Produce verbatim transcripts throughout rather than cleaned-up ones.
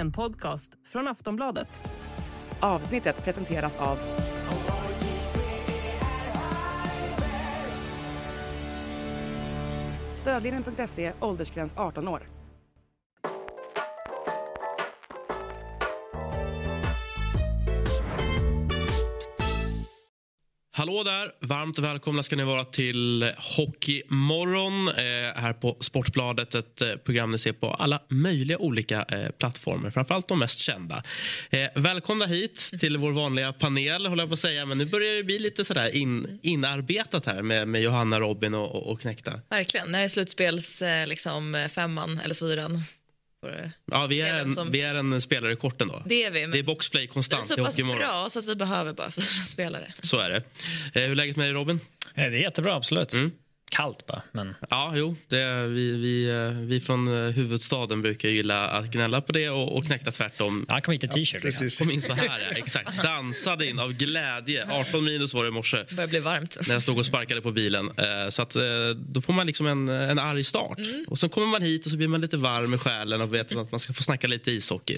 en podcast från Aftonbladet. Avsnittet presenteras av Stödlinjen punkt se, åldersgräns arton år. Hallå där, varmt välkomna ska ni vara till Hockeymorgon eh, här på Sportbladet, ett eh, program ni ser på alla möjliga olika eh, plattformar, framförallt de mest kända. Eh, välkomna hit till vår vanliga panel, håller jag på att säga, men nu börjar det bli lite sådär in, inarbetat här med, med Johanna, Robin och, och, och Knäckta. Verkligen, när det slutspels eh, liksom, femman eller fyran. Ja, vi är, en, som... vi är en spelare i korten då. Det är vi. Men... Det är boxplay konstant. Det är så pass bra så att vi behöver bara fyra spelare. Så är det. Eh, hur är läget med dig, Robin? Det är jättebra, absolut. Mm. Kallt bara, men... Ja, jo. Det är, vi, vi, vi från huvudstaden brukar gilla att gnälla på det och, och Knäckta tvärtom. Ja, kom hit i t-shirt. Ja, kom in så här, ja, exakt. Dansade in av glädje. arton minus var det i morse. Det börjar bli varmt. När jag stod och sparkade på bilen. Så att då får man liksom en, en arg start. Mm. Och så kommer man hit och så blir man lite varm i själen och vet att man ska få snacka lite ishockey.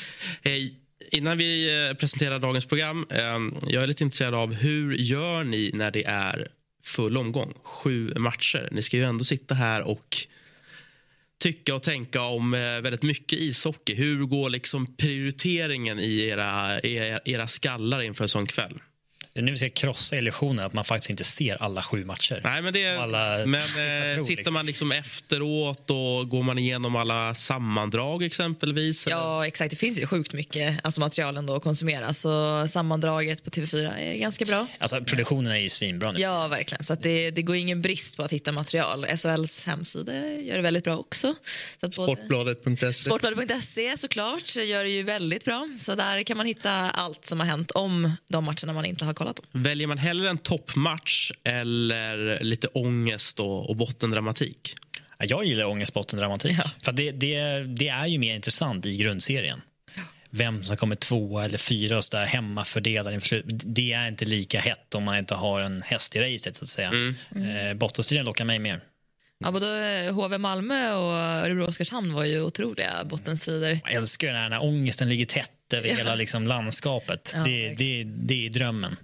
Hej. Innan vi presenterar dagens program, jag är lite intresserad av hur gör ni när det är full omgång, sju matcher. Ni ska ju ändå sitta här och tycka och tänka om väldigt mycket ishockey. Hur går liksom prioriteringen i era, era, era skallar inför en sån kväll? Det är nu vi ska krossa illusionen att man faktiskt inte ser alla sju matcher. Nej, men, det, alla, men eh, sitter liksom. Man liksom efteråt och går man igenom alla sammandrag exempelvis? Ja, eller? Exakt. Det finns ju sjukt mycket alltså, material ändå att konsumera. Så sammandraget på T V fyra är ganska bra. Alltså produktionen är ju svinbra nu. Ja, verkligen. Så att det, det går ingen brist på att hitta material. S H L:s hemsida gör det väldigt bra också. Så att Sportbladet punkt se Sportbladet punkt se såklart gör det ju väldigt bra. Så där kan man hitta allt som har hänt om de matcherna man inte har kollat. Väljer man hellre en toppmatch eller lite ångest och, och bottendramatik? Jag gillar ångest, bottendramatik. Ja. För det, det, det är ju mer intressant i grundserien. Ja. Vem som kommer tvåa eller fyra och så där hemmafördelare. Det är inte lika hett om man inte har en häst i racet så att säga. Mm. Mm. Eh, bottenstriden lockar mig mer. Ja, både H V Malmö och Örebro Oskarshamn var ju otroliga bottenstrider. Jag älskar den här när ångesten ligger tätt över ja. hela liksom, landskapet. Ja, det, det, det är drömmen.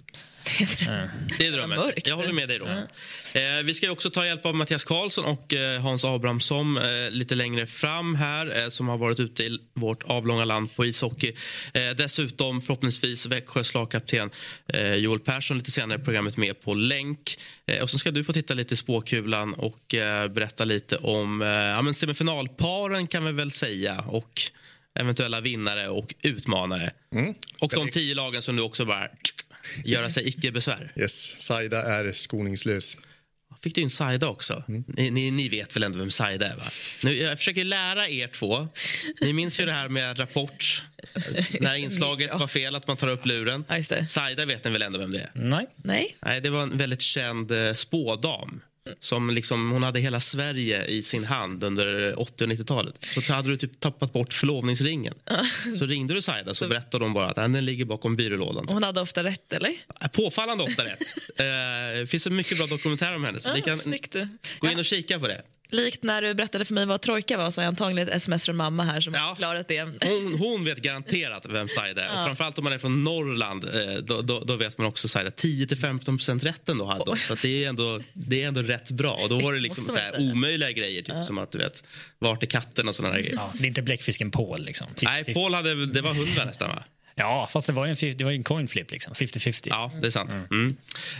Det är drömmen. Jag håller med dig då. Mm. Eh, vi ska också ta hjälp av Mattias Karlsson och eh, Hans Abrahamsson eh, lite längre fram här eh, som har varit ute i vårt avlånga land på ishockey. Eh, dessutom förhoppningsvis Växjös lagkapten eh, Joel Persson lite senare i programmet med på länk. Eh, och så ska du få titta lite i spåkulan och eh, berätta lite om eh, ja, men semifinalparen kan vi väl säga och eventuella vinnare och utmanare. Mm. Och de tio lagen som du också bara göra sig icke besvär. Yes, Saida är skoningslös. Fick du in Saida också? Mm. Ni, ni, ni vet väl ändå vem Saida är, va? Nu, jag försöker lära er två. Ni minns ju det här med Rapport. När inslaget ja. var fel, att man tar upp luren. Ja, Saida vet ni väl ändå vem det är? Nej. Nej. Nej, det var en väldigt känd eh, spådam. Som liksom, hon hade hela Sverige i sin hand under åttio- och nittiotalet. Så hade du typ tappat bort förlovningsringen. Så ringde du Saida så berättade de bara att den ligger bakom byrålådan. Och hon hade ofta rätt, eller? Påfallande ofta rätt. Det uh, finns en mycket bra dokumentär om henne. Så ah, ni kan snyggt. gå in och kika på det. Likt när du berättade för mig vad trojka var så är antagligen ett sms från mamma här som ja. har klarat det. Hon, hon vet garanterat vem Saida är. Ja. Och framförallt om man är från Norrland då, då, då vet man också Saida. tio till femton procent rätten då hade hon. Så att det, är ändå, det är ändå rätt bra. Och då var det liksom så här omöjliga grejer. Typ, ja. Som att du vet, vart är katten och sådana grejer. Ja, det är inte bläckfisken Paul liksom. Nej, Paul hade, det var hundra nästan, va? Ja, fast det var ju en, det var en coin flip liksom, femtio femtio. Ja, det är sant. Mm.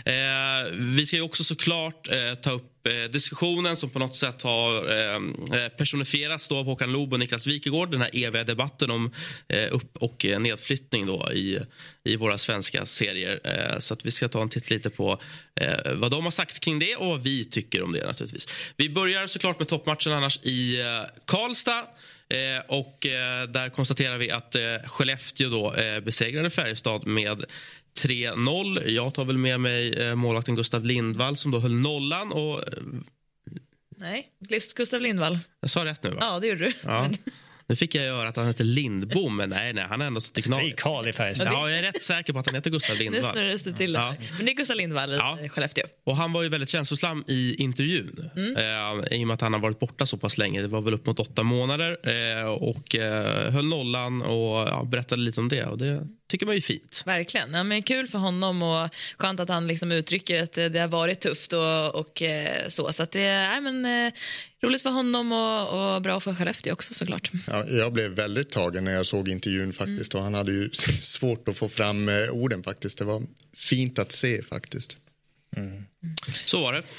Mm. Eh, vi ska ju också såklart eh, ta upp eh, diskussionen som på något sätt har eh, personifierats då av Håkan Loob och Niklas Wikegård. Den här eviga debatten om eh, upp- och nedflyttning då i, i våra svenska serier. Eh, så att vi ska ta en titt lite på eh, vad de har sagt kring det och vad vi tycker om det naturligtvis. Vi börjar såklart med toppmatchen annars i eh, Karlstad. Eh, och eh, där konstaterar vi att eh, Skellefteå då eh, besegrade Färjestad med tre noll. Jag tar väl med mig eh, målvakten Gustav Lindvall som då höll nollan och... Eh, Nej, Gustav Lindvall. Jag sa rätt nu, va? Ja, det gjorde du. Ja. Nu fick jag göra att han heter Lindbom, men nej, nej, han är ändå stått i Det är Knaget. Karl i Färjestad. Ja, jag är rätt säker på att han heter Gustav Nu Lindvall. snurras det till. Ja. Men det är Gustav Lindvall i Ja. Skellefteå. Och han var ju väldigt känslosam i intervjun. Mm. Eh, I och med att han har varit borta så pass länge. Det var väl upp mot åtta månader. Eh, och eh, höll nollan och ja, berättade lite om det. Och det tycker man är fint. Verkligen. Ja, men kul för honom och skönt att han liksom uttrycker att det har varit tufft och, och eh, så. Så att det är men, eh, roligt för honom och, och bra för Skellefteå också såklart. Ja, jag blev väldigt tagen när jag såg intervjun faktiskt. Mm. Och han hade ju svårt att få fram eh, orden faktiskt. Det var fint att se faktiskt. Mm. Så var det.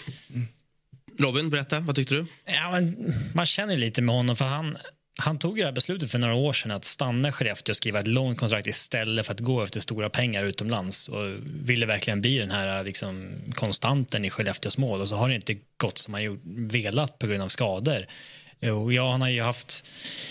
Robin, berätta, vad tyckte du? Ja, men man känner lite med honom för han, han tog det här beslutet för några år sedan att stanna i Skellefteå och skriva ett långt kontrakt istället för att gå efter stora pengar utomlands och ville verkligen bli den här liksom, konstanten i Skellefteås mål och så har det inte gått som han velat på grund av skador. Och ja, han har ju haft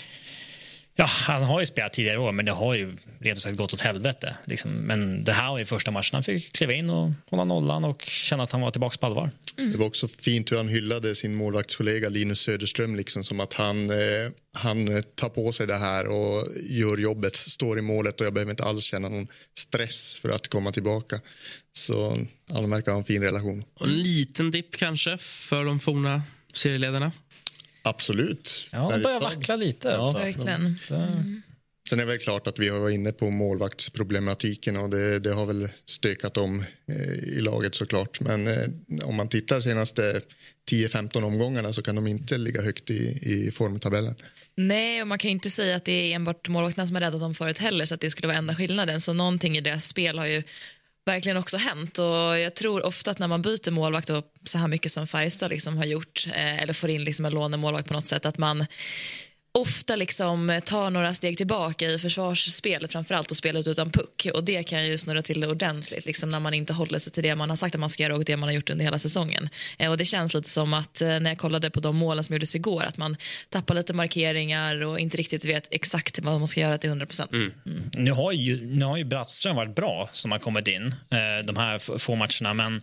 Ja, han har ju spelat tidigare år, men det har ju redan sagt gått åt helvete. Liksom. Men det här var ju första matchen. Han fick kliva in och hålla nollan och känna att han var tillbaka på allvar. Mm. Det var också fint hur han hyllade sin målvaktskollega Linus Söderström. Liksom, som att han, eh, han tar på sig det här och gör jobbet, står i målet och jag behöver inte alls känna någon stress för att komma tillbaka. Så han verkar ha en fin relation. Och en liten dipp kanske för de forna serieledarna. Absolut. Ja, han börjar vackla lite. Ja, verkligen. Mm. Sen är det väl klart att vi har varit inne på målvaktsproblematiken och det, det har väl stökat om eh, i laget såklart. Men eh, om man tittar senaste tio femton omgångarna så kan de inte ligga högt i, i formtabellen. Nej, och man kan ju inte säga att det är enbart målvakterna som har räddat dem förut heller så att det skulle vara enda skillnaden. Så någonting i deras spel har ju verkligen också hänt och jag tror ofta att när man byter målvakt och så här mycket som Färjestad liksom har gjort eh, eller får in liksom en lånemålvakt på något sätt att man ofta liksom tar några steg tillbaka i försvarsspelet framförallt och spelet utan puck och det kan ju snurra till det ordentligt liksom när man inte håller sig till det man har sagt att man ska göra och det man har gjort under hela säsongen. Eh, och det känns lite som att eh, när jag kollade på de målen som gjordes igår att man tappar lite markeringar och inte riktigt vet exakt vad man ska göra till hundra procent. Mm. Mm. Nu har ju, nu har ju Brattström varit bra som har kommit in eh, de här få matcherna men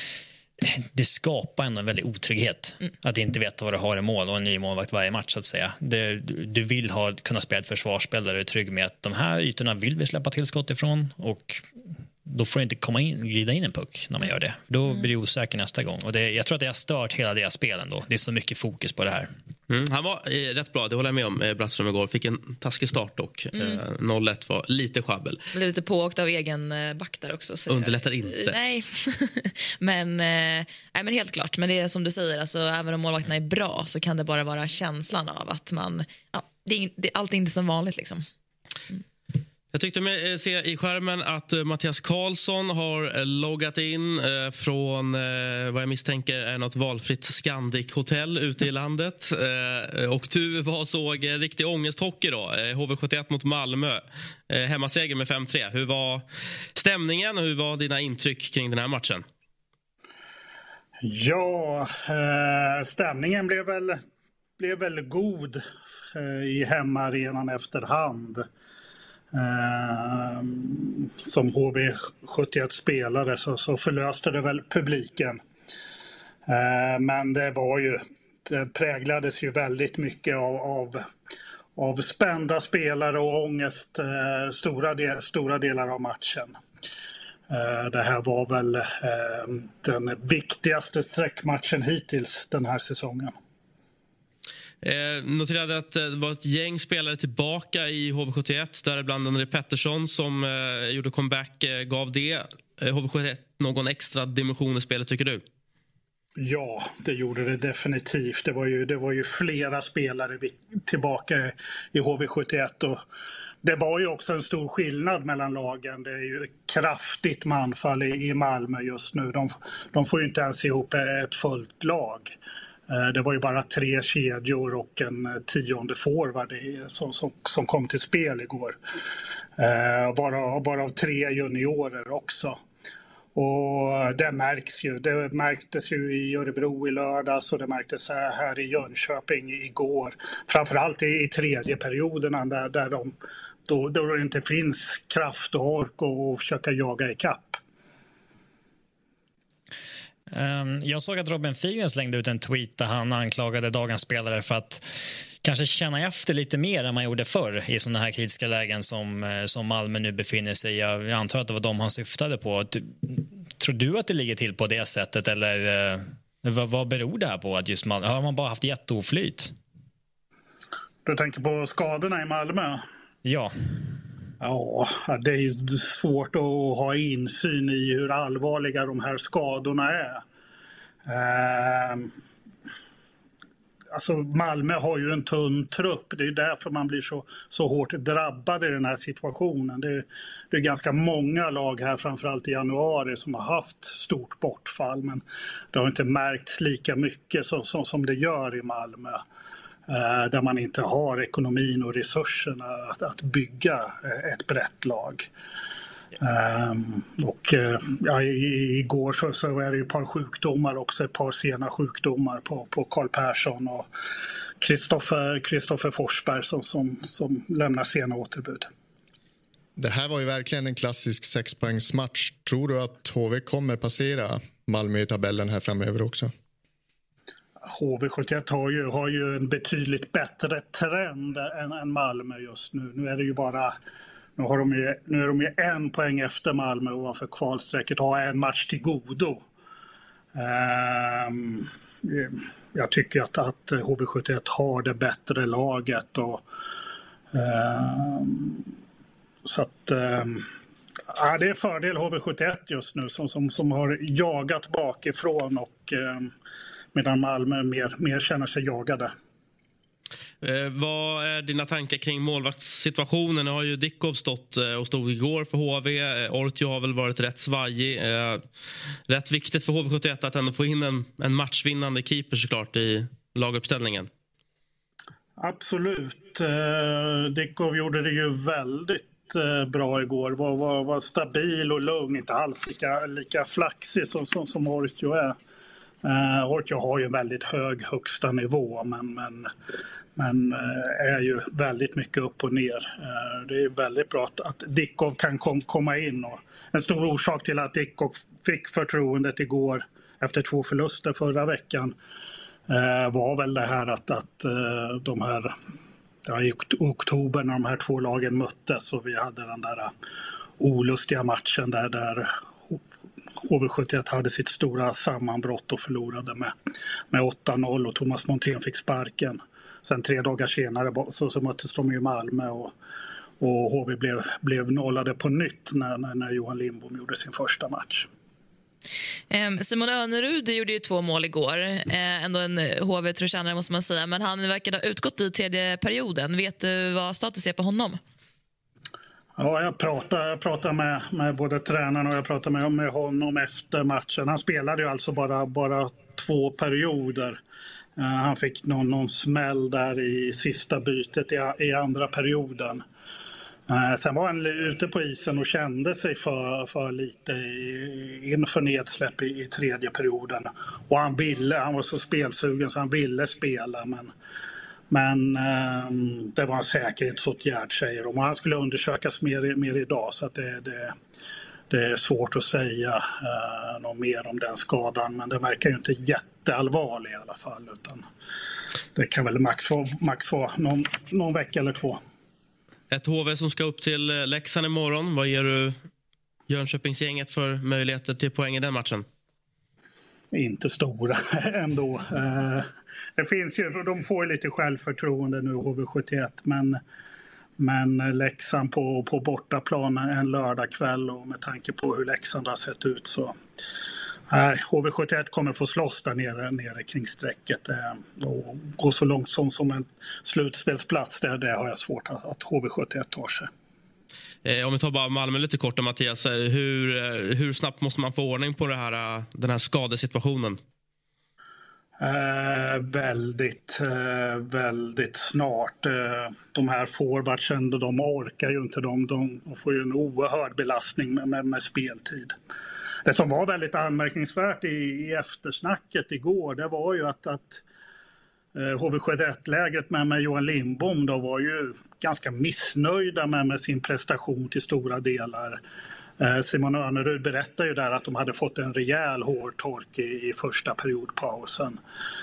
det skapar ändå en väldigt otrygghet mm. att inte veta vad du har i mål och en ny målvakt varje match så att säga. Det, du vill ha, kunna spela ett försvarsspel där du är trygg med att de här ytorna vill vi släppa till skott ifrån och då får det inte komma in, glida in en puck när man gör det. Då mm. blir det osäker nästa gång. Och det, jag tror att det har stört hela deras spel ändå. Det är så mycket fokus på det här. Mm, han var eh, rätt bra, det håller jag med om. Eh, Brattström igår fick en taskig start dock. Mm. Eh, noll ett var lite sjabbel. Blev lite pååkt av egen eh, back där också. Så underlättar inte. Nej, men, eh, nej, men helt klart. Men det är som du säger, alltså, även om målvakterna är bra så kan det bara vara känslan av att man, ja, det är, det, allt är inte som vanligt liksom. Mm. Jag tyckte mig se i skärmen att Mattias Karlsson har loggat in från vad jag misstänker är något valfritt Scandic-hotell ute i landet. Och du var såg riktig ångesthockey då. H V sjuttioett mot Malmö. Hemmaseger med fem tre. Hur var stämningen och hur var dina intryck kring den här matchen? Ja, stämningen blev väl, blev väl god i hemmaarenan efterhand. Uh, som H V sjuttioett spelare så, så förlöste det väl publiken. Uh, men det var ju, det präglades ju väldigt mycket av, av, av spända spelare och ångest uh, stora, del, stora delar av matchen. Uh, det här var väl uh, den viktigaste sträckmatchen hittills den här säsongen. Eh, noterade att det var ett gäng spelare tillbaka i H V sjuttioett, däribland André Pettersson som eh, gjorde comeback, eh, gav det eh, H V sjuttioett någon extra dimension i spelet tycker du? Ja, det gjorde det definitivt. Det var ju, det var ju flera spelare tillbaka i H V sjuttioett och det var ju också en stor skillnad mellan lagen. Det är ju kraftigt manfall i, i Malmö just nu. De, de får ju inte ens ihop ett fullt lag. Det var ju bara tre kedjor och en tionde forward som, som, som kom till spel igår. Bara, bara av tre juniorer också. Och det märks ju. Det märktes ju i Örebro i lördags och det märktes här i Jönköping igår. Framförallt i, i tredje perioderna där, där de, då, då det inte finns kraft och ork och, och försöka jaga i kapp. Jag såg att Robin Figren slängde ut en tweet där han anklagade dagens spelare för att kanske känna efter lite mer än man gjorde förr i sådana här kritiska lägen som, som Malmö nu befinner sig i. Jag antar att det var de han syftade på. Tror du att det ligger till på det sättet, eller vad, vad beror det här på? Att just Malmö, har man bara haft jätteoflyt? Du tänker på skadorna i Malmö? Ja. Ja, det är ju svårt att ha insyn i hur allvarliga de här skadorna är. Eh, alltså Malmö har ju en tunn trupp. Det är därför man blir så, så hårt drabbad i den här situationen. Det är, det är ganska många lag här, framförallt i januari, som har haft stort bortfall. Men det har inte märkts lika mycket som, som, som det gör i Malmö. Där man inte har ekonomin och resurserna att, att bygga ett brett lag. Um, och ja, igår så, så är det ju ett par sjukdomar också, ett par sena sjukdomar på, på Karl Persson och Kristoffer Kristoffer Forsberg som, som, som lämnar sena återbud. Det här var ju verkligen en klassisk sexpoängsmatch. Tror du att H V kommer passera Malmö i tabellen här framöver också? H V sjuttioett har ju, har ju en betydligt bättre trend än, än Malmö just nu. Nu är det ju bara nu, har de ju, nu är de ju en poäng efter Malmö ovanför kvalstrecket och har en match till godo. Um, jag tycker att, att H V sjuttioett har det bättre laget. Och, um, så att um, ja, det är fördel H V sjuttioett just nu som, som, som har jagat bakifrån och um, medan Malmö mer, mer känner sig jagade. Eh, vad är dina tankar kring målvaktssituationen? Nu har ju Dickov stått eh, och stod igår för H V. Eh, Ortio har väl varit rätt svajig. Eh, rätt viktigt för H V sjuttioett att ändå få in en, en matchvinnande keeper såklart i laguppställningen. Absolut. Eh, Dickov gjorde det ju väldigt eh, bra igår. Var, var, var stabil och lugn. Inte alls lika, lika flaxig som, som, som Ortio är. Uh, Ortio har ju en väldigt hög högsta nivå men, men, men uh, är ju väldigt mycket upp och ner. Uh, det är väldigt bra att, att Dickov kan kom, komma in. Och en stor orsak till att Dickov fick förtroendet igår efter två förluster förra veckan uh, var väl det här att, att uh, de här ja, i oktober när de här två lagen möttes och vi hade den där uh, olustiga matchen där där H V sjuttioett hade sitt stora sammanbrott och förlorade med, med åtta noll och Thomas Montén fick sparken. Sen tre dagar senare så, så möttes de i Malmö och, och H V blev, blev nollade på nytt när, när, när Johan Lindbom gjorde sin första match. Simon Önerud gjorde ju två mål igår. Ändå en H V-trotjänare måste man säga. Men han verkade ha utgått i tredje perioden. Vet du vad status är på honom? Ja, jag pratade, jag pratade med, med både tränaren och jag pratade med, med honom efter matchen. Han spelade ju alltså bara, bara två perioder. Uh, han fick någon, någon smäll där i sista bytet i, i andra perioden. Uh, sen var han ute på isen och kände sig för, för lite i, inför nedsläpp i, i tredje perioden. Och han ville, han var så spelsugen så han ville spela men... Men eh, det var en säkerhetsåtgärd, säger de. Och han skulle undersökas mer, mer idag så att det, det, det är svårt att säga eh, något mer om den skadan. Men det verkar ju inte jätteallvarlig i alla fall. Utan det kan väl max vara, max vara någon, någon vecka eller två. Ett H V som ska upp till Leksand imorgon. Vad ger du Jönköpingsgänget för möjligheter till poäng i den matchen? Inte stora ändå. Det finns ju, de får ju lite självförtroende nu H V sjuttioett men, men Leksand på, på bortaplan en lördagkväll och med tanke på hur Leksand har sett ut så nej, H V sjuttioett kommer få slåss där nere, nere kring strecket och gå så långt som, som en slutspelsplats där det har jag svårt att, att H V sjuttioett tar sig. Om vi tar bara Malmö lite kort, Mattias, hur, hur snabbt måste man få ordning på det här, den här skadesituationen? Eh, väldigt, eh, väldigt snart. Eh, de här forwardsen, de orkar ju inte. De, de får ju en oerhörd belastning med, med, med speltid. Det som var väldigt anmärkningsvärt i, i eftersnacket igår, det var ju att, att H V sjuttioett-lägret med, med Johan Lindbom då var ju ganska missnöjda med, med sin prestation till stora delar. Eh, Simon Önerud berättade ju där att de hade fått en rejäl hårtork i, i första periodpausen.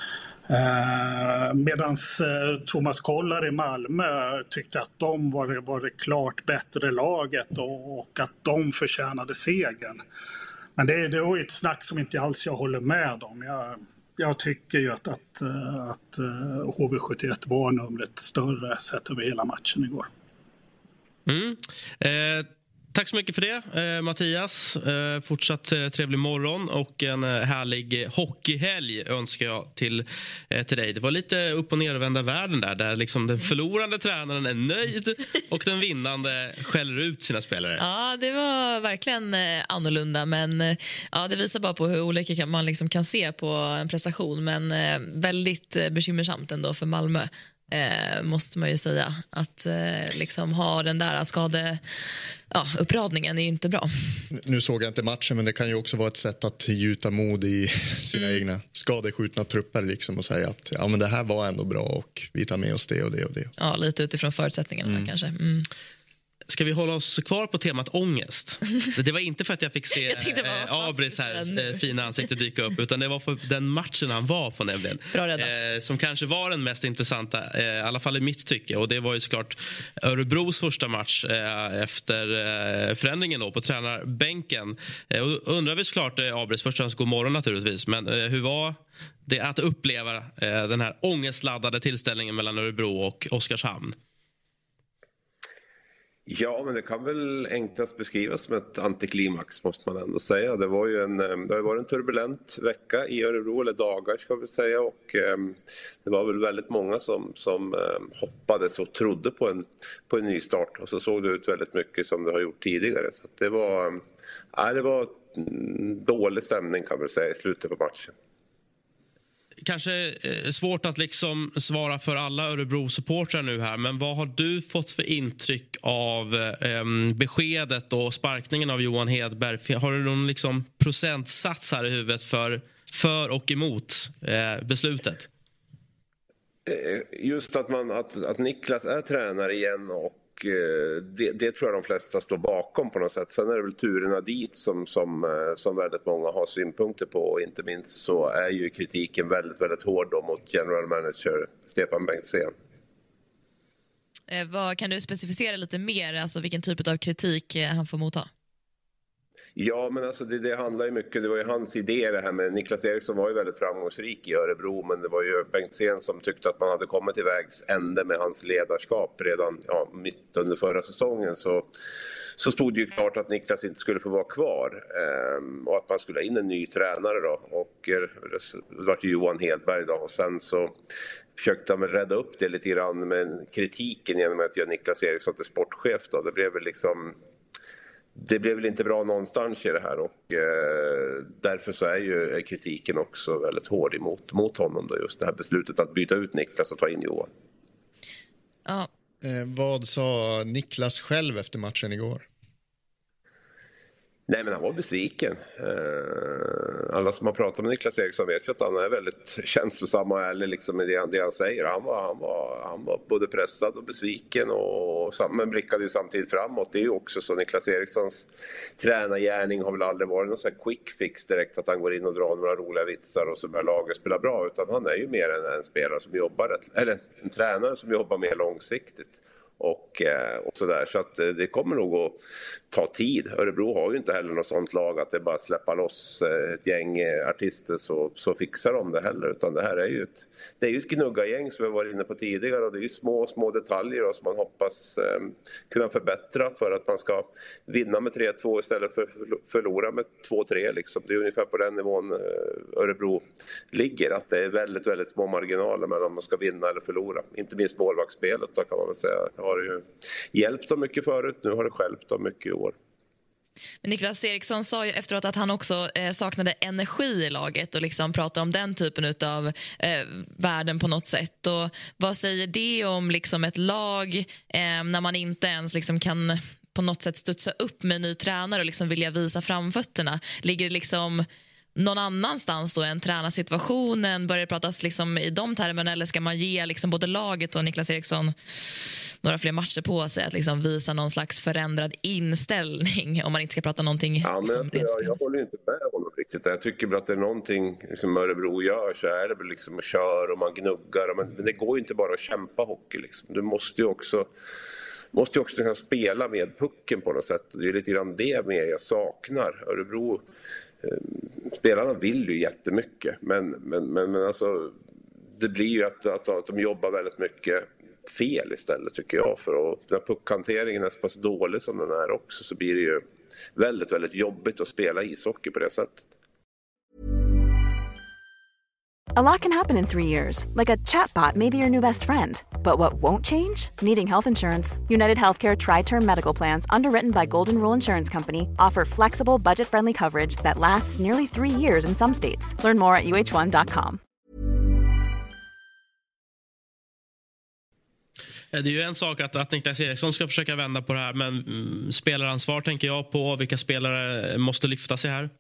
Eh, Medan eh, Thomas Kollar i Malmö tyckte att de var, var det klart bättre laget och, och att de förtjänade segern. Men det, det var ju ett snack som inte alls jag håller med om. Jag, jag tycker ju att, att, att H V sjuttioett var numret större sett över hela matchen igår. Mm. Eh, tack så mycket för det, eh, Mattias. Eh, fortsatt eh, trevlig morgon och en eh, härlig hockeyhelg önskar jag till, eh, till dig. Det var lite upp- och nervända världen där, där liksom den förlorande tränaren är nöjd och den vinnande skäller ut sina spelare. Ja, det var verkligen eh, annorlunda, men eh, ja, det visar bara på hur olika kan, man liksom kan se på en prestation, men eh, väldigt eh, bekymmersamt ändå för Malmö. Eh, måste man ju säga att eh, liksom ha den där skade ja, uppradningen är ju inte bra. Nu såg jag inte matchen, men det kan ju också vara ett sätt att gjuta mod i sina mm. egna skadeskjutna trupper liksom, och säga att ja, men det här var ändå bra och vi tar med oss det och det och det. Ja, lite utifrån förutsättningarna mm. kanske. Mm. Ska vi hålla oss kvar på temat ångest? Det var inte för att jag fick se jag eh, Abris här eh, fina ansikte dyka upp, utan det var för den matchen han var på nämligen. Eh, som kanske var den mest intressanta, eh, i alla fall i mitt tycke. Och det var ju såklart Örebros första match eh, efter eh, förändringen då på tränarbänken. Eh, och undrar vi såklart eh, Abris, först och främst god morgon naturligtvis, men eh, hur var det att uppleva eh, den här ångestladdade tillställningen mellan Örebro och Oskarshamn? Ja, men det kan väl enklast beskrivas som ett antiklimax måste man ändå säga. Det var ju en, det har varit en turbulent vecka i Örebro, eller dagar ska vi säga, och eh, det var väl väldigt många som, som eh, hoppades och trodde på en, på en ny start, och så såg det ut väldigt mycket som det har gjort tidigare. Så det var, eh, det var dålig stämning kan vi säga i slutet på matchen. Kanske eh, svårt att liksom svara för alla Örebro-supportrar nu här, men vad har du fått för intryck av eh, beskedet och sparkningen av Johan Hedberg? Har du någon liksom procentsats här i huvudet för, för och emot eh, beslutet? Just att, man, att, att Niklas är tränare igen, och Det, det tror jag de flesta står bakom på något sätt. Sen är det väl turerna dit som, som, som väldigt många har synpunkter på. Och inte minst så är ju kritiken väldigt, väldigt hård då mot general manager Stefan Bengtzén. Eh, vad, kan du specificera lite mer, alltså vilken typ av kritik han får motta? Ja, men alltså det, det handlar ju mycket, det var ju hans idé det här med, Niklas Eriksson var ju väldigt framgångsrik i Örebro, men det var ju Bengtzén som tyckte att man hade kommit till vägs ände med hans ledarskap redan ja, mitt under förra säsongen. Så, så stod det ju klart att Niklas inte skulle få vara kvar eh, och att man skulle ha in en ny tränare då, och eh, det var ju Johan Hedberg då, och sen så försökte han väl rädda upp det lite grann med kritiken genom att göra Niklas Eriksson till sportchef då. Det blev väl liksom Det blev väl inte bra någonstans i det här, och eh, därför så är ju kritiken också väldigt hård emot, mot honom då, just det här beslutet att byta ut Niklas och ta in Johan. Ja. Eh, vad sa Niklas själv efter matchen igår? Nej, men han var besviken. Alla som har pratat med Niklas Eriksson vet ju att han är väldigt känslosam och ärlig liksom i det, det han säger. Han var, han, var, han var både pressad och besviken, och, men blickade ju samtidigt framåt. Det är ju också så, Niklas Erikssons tränargärning har väl aldrig varit någon sån här quick fix direkt, att han går in och drar några roliga vitsar och så börjar laget spela bra. Utan han är ju mer en, en spelare som jobbar, eller en tränare som jobbar mer långsiktigt. Och, och sådär. Så att det kommer nog att ta tid. Örebro har ju inte heller något sånt lag att det bara släppa loss ett gäng artister så, så fixar de det heller. Utan det här är ju ett, det är ju ett gnuggargäng som vi var inne på tidigare, och det är ju små, små detaljer då, som man hoppas eh, kunna förbättra för att man ska vinna med tre två istället för förlora med två tre. Liksom. Det är ungefär på den nivån eh, Örebro ligger, att det är väldigt, väldigt små marginaler mellan om man ska vinna eller förlora. Inte minst målvaktsspelet då, kan man väl säga. Har ju hjälpt dem mycket förut, nu har det hjälpt dem mycket i år. Men Niklas Eriksson sa ju efteråt att han också eh, saknade energi i laget och liksom pratade om den typen av eh, värden på något sätt. Och vad säger det om liksom ett lag eh, när man inte ens liksom kan på något sätt studsa upp med en ny tränare och liksom vilja visa framfötterna? Ligger det liksom någon annanstans då än tränarsituationen? Börjar det pratas liksom i de termerna, eller ska man ge liksom både laget och Niklas Eriksson några fler matcher på sig att liksom visa någon slags förändrad inställning, om man inte ska prata någonting? Ja, men liksom alltså, jag, jag håller ju inte med honom riktigt. riktigt. Jag tycker att det är någonting som Örebro gör, så är det väl liksom att köra och man gnuggar. Men det går ju inte bara att kämpa hockey liksom. Du måste ju också, måste ju också kunna spela med pucken på något sätt. Det är lite grann det med jag saknar. Örebro, eh, spelarna vill ju jättemycket. Men, men, men, men alltså, det blir ju att, att, att de jobbar väldigt mycket fel istället tycker jag. För att när puckhanteringen är så pass dålig som den är också, så blir det ju väldigt, väldigt jobbigt att spela ishockey på det sättet. A lot can happen in three years, like a chatbot may be your new best friend. But what won't change? Needing health insurance. United Healthcare Tri-Term Medical Plans, underwritten by Golden Rule Insurance Company, offer flexible, budget-friendly coverage that lasts nearly three years in some states. Learn more at u h one dot com. Det är ju en sak att, att Niklas Eriksson ska försöka vända på det här, men mm, spelaransvar tänker jag på. Vilka spelare måste lyfta sig här?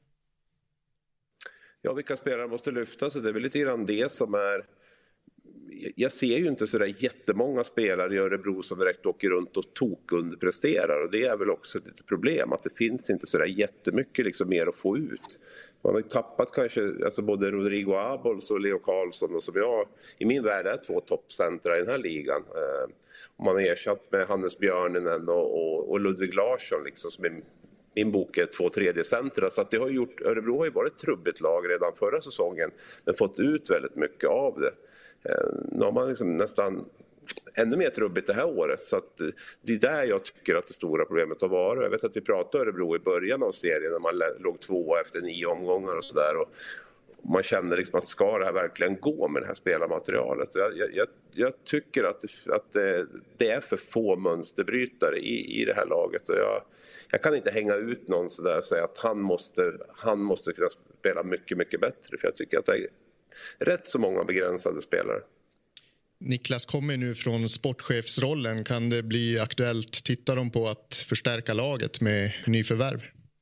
Ja, vilka spelare måste lyfta sig? Det är väl lite grann det som är... Jag ser ju inte så där jättemånga spelare i Örebro som direkt åker runt och tokunderpresterar. Och det är väl också ett litet problem att det finns inte så där jättemycket liksom mer att få ut. Man har ju tappat kanske alltså både Rodrigo Abols och Leo Karlsson, och som jag i min värld är två toppcentra i den här ligan. Eh, och man har ersatt med Hannes Björninen och, och, och Ludvig Larsson liksom, som är min bok är två tredje centra. Så att det har gjort, Örebro har ju varit ett trubbigt lag redan förra säsongen, men fått ut väldigt mycket av det. Eh, nu har man liksom nästan ännu mer trubbigt det här året, så att det är där jag tycker att det stora problemet har varit. Jag vet att vi pratade Örebro i början av serien när man låg två efter nio omgångar och sådär, och man känner liksom att ska det här verkligen gå med det här spelarmaterialet. Jag, jag, jag tycker att, det, att det, det är för få mönsterbrytare i, i det här laget, och jag, jag kan inte hänga ut någon så där och säga att han måste, han måste kunna spela mycket, mycket bättre, för jag tycker att det är rätt så många begränsade spelare. Niklas kommer nu från sportchefsrollen. Kan det bli aktuellt? Tittar de på att förstärka laget med nyförvärv?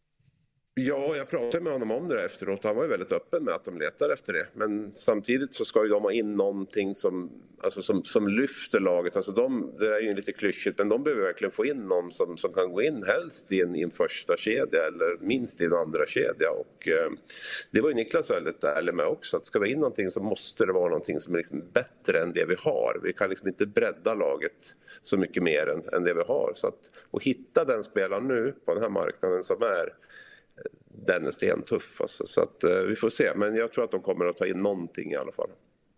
Ja, jag pratade med honom om det efteråt. Han var ju väldigt öppen med att de letar efter det. Men samtidigt så ska ju de ha in någonting som, alltså som, som lyfter laget. Alltså de, det är ju lite klyschigt, men de behöver verkligen få in någon som, som kan gå in helst i en, i en första kedja eller minst i en andra kedja. Och eh, det var ju Niklas väldigt ärlig med också. Att ska vi in någonting så måste det vara någonting som är liksom bättre än det vi har. Vi kan liksom inte bredda laget så mycket mer än, än det vi har. Så att, och hitta den spelaren nu på den här marknaden som är, den är stentuff alltså. Så att eh, vi får se, men jag tror att de kommer att ta in någonting i alla fall.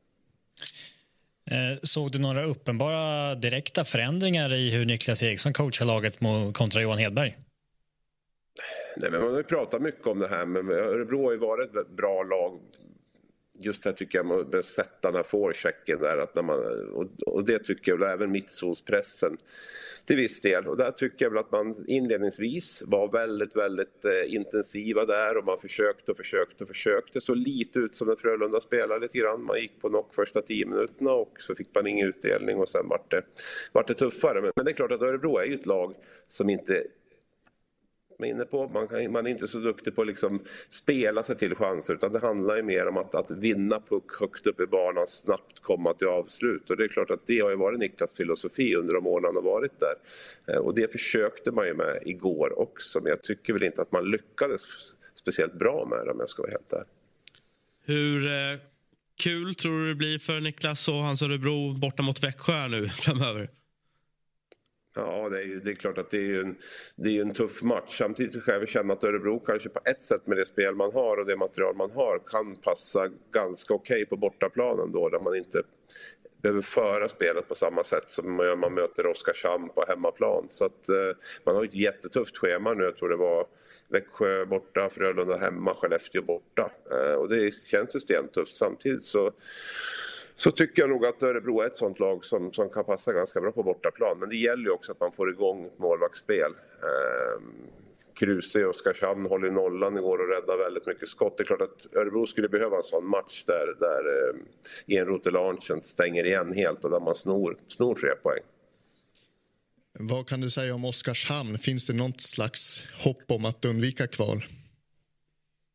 Eh, såg du några uppenbara direkta förändringar i hur Niklas Eriksson coachar laget mot, kontra Johan Hedberg? Nej, men man har ju pratat mycket om det här, men Örebro har ju varit ett bra lag. Just det tycker jag man bör sätta den här forechecken där, att när man, och, och det tycker jag väl även mittzonspressen till viss del, och där tycker jag väl att man inledningsvis var väldigt väldigt eh, intensiva där, och man försökte och försökte och försökte så lite ut som en Frölunda spelade lite grann. Man gick på knock första tio minuterna och så fick man ingen utdelning, och sen vart det, vart det tuffare. Men, men det är klart att Örebro är ju ett lag som inte man är inne på. Man, kan, man är inte så duktig på att liksom spela sig till chanser, utan det handlar ju mer om att, att vinna puck högt upp i banan, snabbt komma till avslut. Och det är klart att det har ju varit Niklas filosofi under de åren han har varit där. Eh, och det försökte man ju med igår också, men jag tycker väl inte att man lyckades speciellt bra med det, om jag ska vara helt där. Hur eh, kul tror du det blir för Niklas och hans Örebro borta mot Växjö nu framöver? Ja, det är, ju, det är klart att det är ju en, det är en tuff match. Samtidigt ska jag känna att Örebro kanske på ett sätt med det spel man har och det material man har kan passa ganska okej okay på bortaplanen då, där man inte behöver föra spelet på samma sätt som man, man möter Oskarshamn på hemmaplan. Så att eh, man har ett jättetufft schema nu. Jag tror det var Växjö borta, Frölunda hemma, Skellefteå borta. Eh, och det känns ju stentufft. Samtidigt så Så tycker jag nog att Örebro är ett sånt lag som, som kan passa ganska bra på bortaplan. Men det gäller ju också att man får igång ett målvaktsspel. Eh, Kruse och Oskarshamn håller nollan igår och räddar väldigt mycket skott. Det är klart att Örebro skulle behöva en sån match där, där eh, Enroth Larsen stänger igen helt och där man snor, snor tre poäng. Vad kan du säga om Oskarshamn? Finns det något slags hopp om att undvika kval?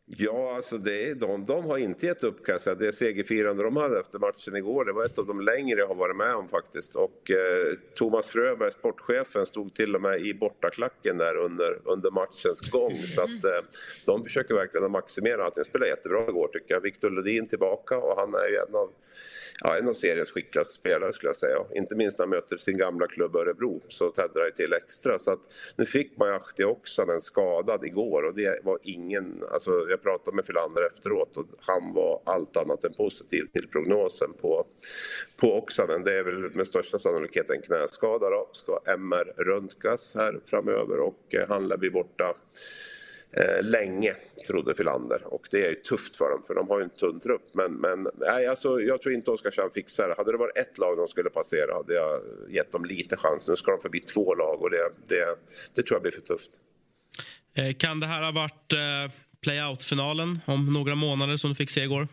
Ja, alltså det är de, de har inte gett upp, kan jag säga. Det segerfirande de hade efter matchen igår, det var ett av de längre jag har varit med om faktiskt. Och eh, Thomas Fröberg, sportchefen, stod till och med i bortaklacken där under, under matchens gång. Så att eh, de försöker verkligen maximera allt. De spelar jättebra igår tycker jag. Viktor Ludin tillbaka och han är ju en av Ja, en av seriens skickligaste spelare skulle jag säga. Inte minst när han möter sin gamla klubb Örebro så täddrar det till extra. Så att nu fick Mahdi Oksanen skadad igår och det var ingen... Alltså jag pratade med Filander efteråt och han var allt annat än positiv till prognosen på, på Oksanen. Det är väl med största sannolikhet en knäskada då. Ska M R-röntgas här framöver och eh, han lär bli borta Eh, länge, trodde Filander. Och det är ju tufft för dem, för de har ju en tunn trupp. Men, men nej, alltså, jag tror inte Oskarshamn fixar det. Hade det varit ett lag de skulle passera hade jag gett dem lite chans. Nu ska de förbi två lag och det, det, det tror jag blir för tufft. Eh, kan det här ha varit eh, play-out-finalen om några månader som du fick se igår?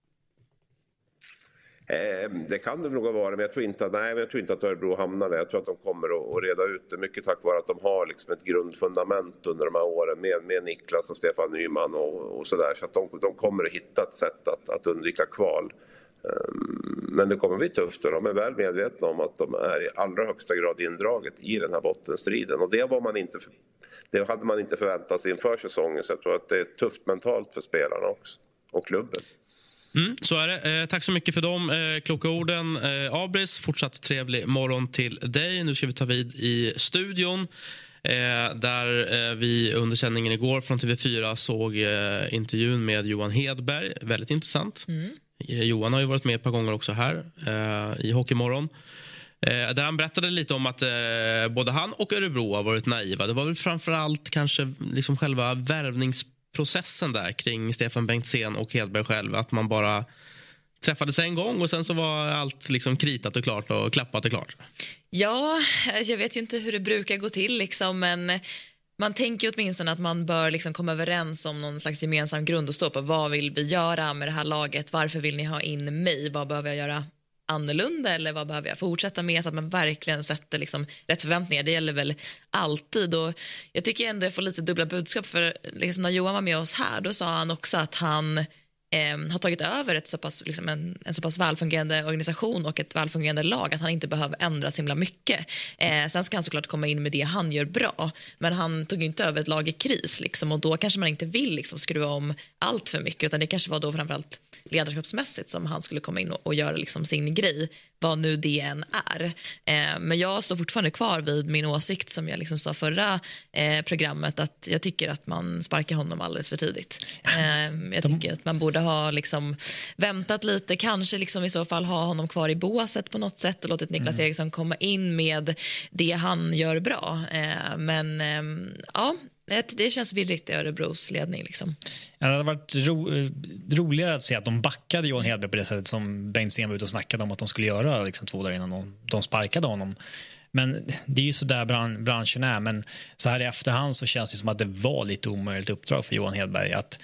Eh, det kan det nog vara, men jag tror inte att, nej, men jag tror inte att Örebro hamnar där. Jag tror att de kommer att, att reda ut det. Mycket tack vare att de har liksom ett grundfundament under de här åren med, med Niklas och Stefan Nyman och, och sådär. Så att de, de kommer att hitta ett sätt att, att undvika kval. Eh, men det kommer bli tufft och de är väl medvetna om att de är i allra högsta grad indraget i den här bottenstriden. Och det var man inte, det hade man inte förväntat sig inför säsongen. Så jag tror att det är tufft mentalt för spelarna också och klubben. Mm, så är det. Eh, tack så mycket för de eh, kloka orden. Eh, Abris, fortsatt trevlig morgon till dig. Nu ska vi ta vid i studion. Eh, där eh, vi under sändningen igår från T V fyra såg eh, intervjun med Johan Hedberg. Väldigt intressant. Mm. Eh, Johan har ju varit med ett par gånger också här eh, i Hockeymorgon. Eh, där han berättade lite om att eh, både han och Örebro har varit naiva. Det var väl framförallt kanske liksom själva värvnings processen där kring Stefan Bengtzén och Hedberg själv, att man bara träffades en gång och sen så var allt liksom kritat och klart och klappat och klart. Ja, jag vet ju inte hur det brukar gå till liksom, men man tänker åtminstone att man bör liksom komma överens om någon slags gemensam grund och stå på. Vad vill vi göra med det här laget? Varför vill ni ha in mig? Vad behöver jag göra annorlunda eller vad behöver jag fortsätta med, så att man verkligen sätter liksom rätt förväntningar. Det gäller väl alltid, och jag tycker ändå jag får lite dubbla budskap, för liksom när Johan var med oss här då sa han också att han eh, har tagit över ett så pass, liksom en, en så pass välfungerande organisation och ett välfungerande lag att han inte behöver ändra så himla mycket. Eh, sen ska han såklart komma in med det han gör bra, men han tog inte över ett lag i kris liksom, och då kanske man inte vill liksom skruva om allt för mycket, utan det kanske var då framförallt ledarskapsmässigt som han skulle komma in och, och göra liksom sin grej, vad nu det än är. Eh, men jag står fortfarande kvar vid min åsikt som jag liksom sa förra eh, programmet, att jag tycker att man sparkar honom alldeles för tidigt. Eh, jag tycker att man borde ha liksom väntat lite, kanske liksom i så fall ha honom kvar i båset på något sätt och låtit Niklas mm. Eriksson komma in med det han gör bra. Eh, men eh, ja, det känns virrigt i Örebros ledning liksom. Ja, det hade varit ro, roligare att se att de backade Johan Hedberg på det sättet som Bengtzén var ute och snackade om att de skulle göra liksom två dagar innan de, de sparkade honom. Men det är ju så där bran, branschen är. Men så här i efterhand så känns det som att det var lite omöjligt uppdrag för Johan Hedberg. Att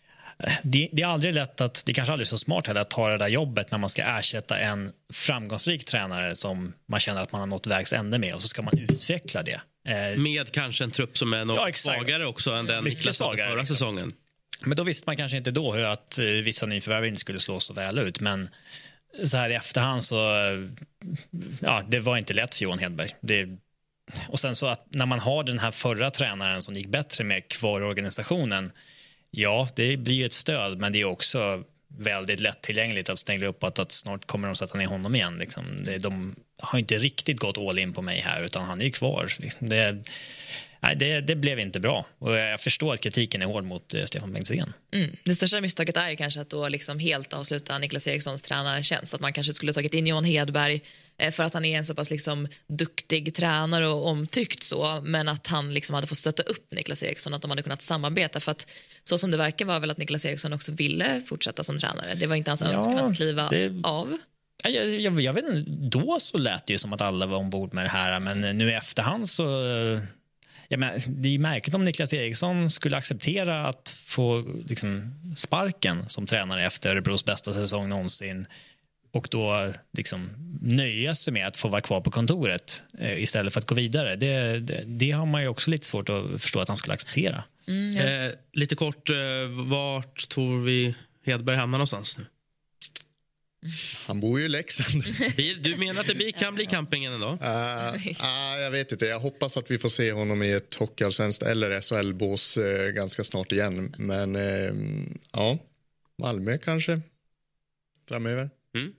det, det är aldrig lätt att, det är kanske aldrig så smart heller att ta det där jobbet när man ska ersätta en framgångsrik tränare som man känner att man har nått vägs ände med, och så ska man utveckla det. Med kanske en trupp som är något ja, svagare också än den Niklas hade förra liksom. säsongen. Men då visste man kanske inte då hur att uh, vissa nyförvärv inte skulle slå så väl ut. Men så här i efterhand så uh, ja, det var inte lätt för Johan Hedberg. Det, och sen så att när man har den här förra tränaren som gick bättre med kvar i organisationen, ja, det blir ju ett stöd, men det är också väldigt lättillgängligt att stänga upp att, att snart kommer de sätta ner honom igen. Liksom. Det, de har inte riktigt gått all in på mig här, utan han är ju kvar. Liksom. Det, nej, det, det blev inte bra. Och jag förstår att kritiken är hård mot uh, Stefan Bengtzén. Mm. Det största misstaget är ju kanske att då liksom helt avsluta Niklas Erikssons tränartjänst. Att man kanske skulle tagit in Johan Hedberg eh, för att han är en så pass liksom duktig tränare och omtyckt så, men att han liksom hade fått stötta upp Niklas Eriksson, att de hade kunnat samarbeta, för att så som det verkar var väl att Niklas Eriksson också ville fortsätta som tränare. Det var inte hans ja, önskan att kliva det... av. Jag, jag, jag vet inte, då så lät det ju som att alla var ombord med det här, men nu i efterhand så ja, men det är märkligt om Niklas Eriksson skulle acceptera att få liksom sparken som tränare efter Örebros bästa säsong någonsin, och då liksom nöja sig med att få vara kvar på kontoret eh, istället för att gå vidare. Det, det, det har man ju också lite svårt att förstå att han skulle acceptera. Mm, ja. eh, lite kort, eh, vart tror vi Hedberg hamnar någonstans nu? Han bor ju i Leksand. Du menar att det blir, kan bli campingen ändå? Uh, uh, jag vet inte. Jag hoppas att vi får se honom i ett hockeyallsvenskt eller S H L-bås uh, ganska snart igen. Men uh, ja, Malmö kanske framöver. Mm.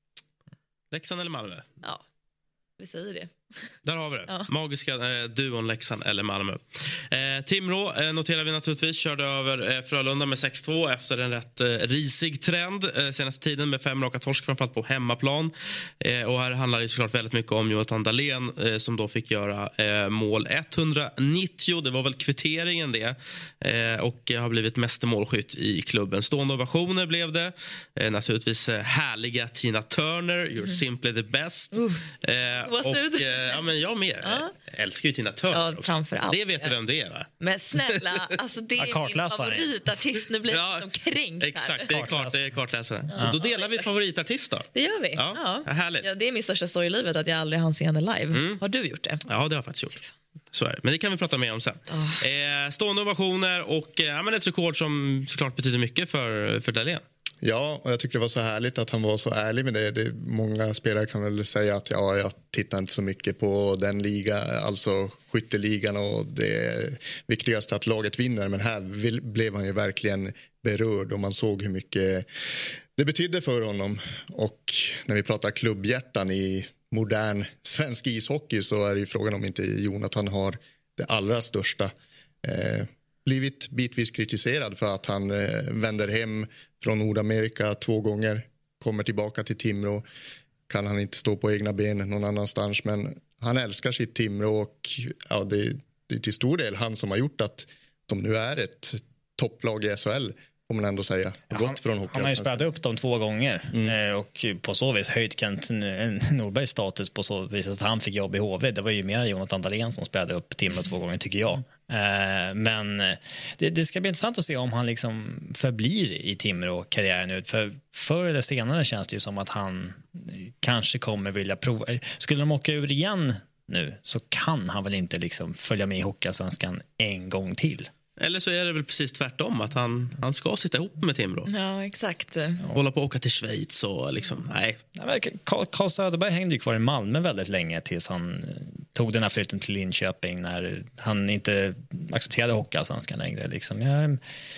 Leksand eller Malmö? Ja, vi säger det. Där har vi det. Ja. Magiska eh, duon Leksand eller Malmö. Eh, Timrå eh, noterar vi naturligtvis. Körde över eh, Frölunda med sex två efter en rätt eh, risig trend eh, senaste tiden med fem raka torsk framförallt på hemmaplan. Eh, och här handlar det såklart väldigt mycket om Jonathan Dahlén eh, som då fick göra eh, mål etthundranittio. Det var väl kvitteringen det. Eh, och har blivit mästermålskytt i klubben. Stående ovationer blev det. Eh, naturligtvis eh, härliga Tina Turner. You're simply the best. Uh, eh, och eh, ja, men jag med. Ja. Jag älskar ju Tina Turner. Ja, framför allt. Det vet du vem det är, va? Men snälla, alltså det är Ja, min favoritartist. Nu blir jag Ja, som kränkt här. Exakt, det är klart, det är kartläsare. Ja. Då delar vi favoritartist då. Det gör vi. Ja, härligt. Ja, det är min största story i livet att jag aldrig hann se henne live. Mm. Har du gjort det? Ja, det har jag faktiskt gjort. Så är det. Men det kan vi prata mer om sen. Oh. Eh, stående ovationer och eh, ja, men ett rekord som såklart betyder mycket för, för Dahlén. Ja, och jag tycker det var så härligt att han var så ärlig med det. det. Många spelare kan väl säga att ja, jag tittar inte så mycket på den liga, alltså skytteligan och det viktigaste att laget vinner. Men här vill, blev han ju verkligen berörd och man såg hur mycket det betydde för honom. Och när vi pratar klubbhjärtan i modern svensk ishockey så är det ju frågan om inte Jonathan har det allra största. Eh, blivit bitvis kritiserad för att han eh, vänder hem från Nordamerika två gånger, kommer tillbaka till Timrå. Kan han inte stå på egna ben någon annanstans, men han älskar sitt Timrå och ja, det, det är till stor del han som har gjort att de nu är ett topplag i S H L. Får man ändå säga. Ja, Gått han, från hockey. Han har ju spelat upp dem två gånger mm. eh, och på så vis höjt Kent Norbergs status på så vis att han fick jobb i H V. Det var ju mer Jonathan Dahlén som spelade upp Timrå två gånger tycker jag. Eh, men det, det ska bli intressant att se om han liksom förblir i Timrå karriären ut. För förr eller senare känns det ju som att han kanske kommer vilja prova. Skulle de åka ur igen nu så kan han väl inte liksom följa med i Hockeyallsvenskan en gång till. Eller så är det väl precis tvärtom att han, han ska sitta ihop med Timrå. Ja, exakt. Hålla på att åka till Schweiz och liksom, nej. Carl Söderberg hängde ju kvar i Malmö väldigt länge tills han tog den här flytten till Linköping när han inte accepterade Hockeyallsvenskan längre. Liksom. Ja,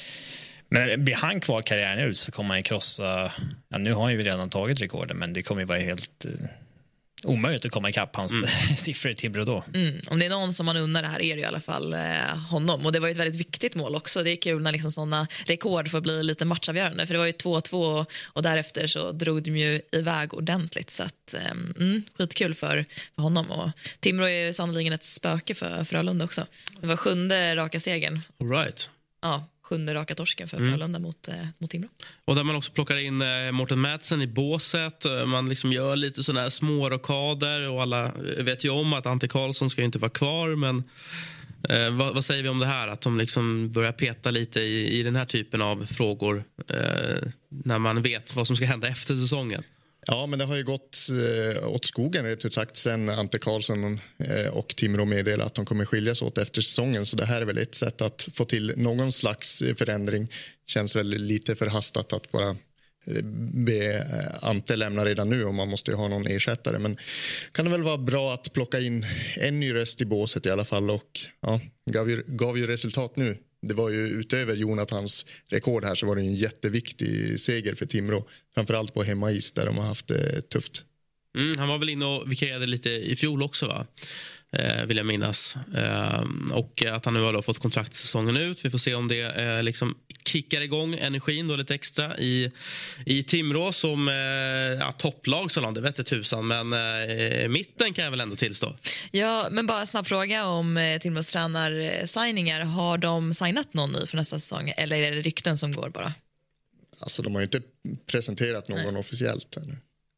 men blir han kvar karriären ut så kommer han krossa, ja, nu har han ju redan tagit rekorden men det kommer ju vara helt omöjligt att komma ikapp hans mm. siffror i Timrå då. Mm. Om det är någon som man undrar det här är det i alla fall eh, honom. Och det var ju ett väldigt viktigt mål också. Det är kul när liksom sådana rekord får bli lite matchavgörande. För det var ju två två och, och därefter så drog de ju iväg ordentligt. Så att, eh, mm, skitkul för, för honom. Och Timrå är ju sannoliken ett spöke för Frölunda också. Det var sjunde raka segern. All right. Ja, sjunde raka torsken för Frölunda mm. mot, eh, mot Timrå. Och där man också plockar in eh, Morten Madsen i båset. Man liksom gör lite sådana här små rockader och alla vet ju om att Ante Karlsson ska ju inte vara kvar. Men eh, vad, vad säger vi om det här? Att de liksom börjar peta lite i, i den här typen av frågor eh, när man vet vad som ska hända efter säsongen. Ja, men det har ju gått eh, åt skogen rätt ut sagt sen Ante Karlsson eh, och Timrå meddelade att de kommer skiljas åt efter säsongen. Så det här är väl ett sätt att få till någon slags förändring. Känns väl lite förhastat att bara eh, be eh, Ante lämna redan nu och man måste ju ha någon ersättare. Men kan det väl vara bra att plocka in en ny röst i båset i alla fall och ja, gav ju, gav ju resultat nu. Det var ju utöver Jonathans rekord här så var det en jätteviktig seger för Timrå. Framförallt på hemmais där de har haft det tufft. Mm, han var väl inne och vikarierade lite i fjol också va? Eh, vill jag minnas. Eh, och att han nu har då fått kontraktsäsongen ut. Vi får se om det eh, liksom kickar igång energin då lite extra i, i Timrå som eh, ja, topplag så långt, det vet jag tusan. Men eh, mitten kan jag väl ändå tillstå. Ja, men bara en snabb fråga om eh, Timrås tränarsigningar. Har de signat någon ny för nästa säsong? Eller är det rykten som går bara? Alltså de har ju inte presenterat någon Nej. officiellt ännu.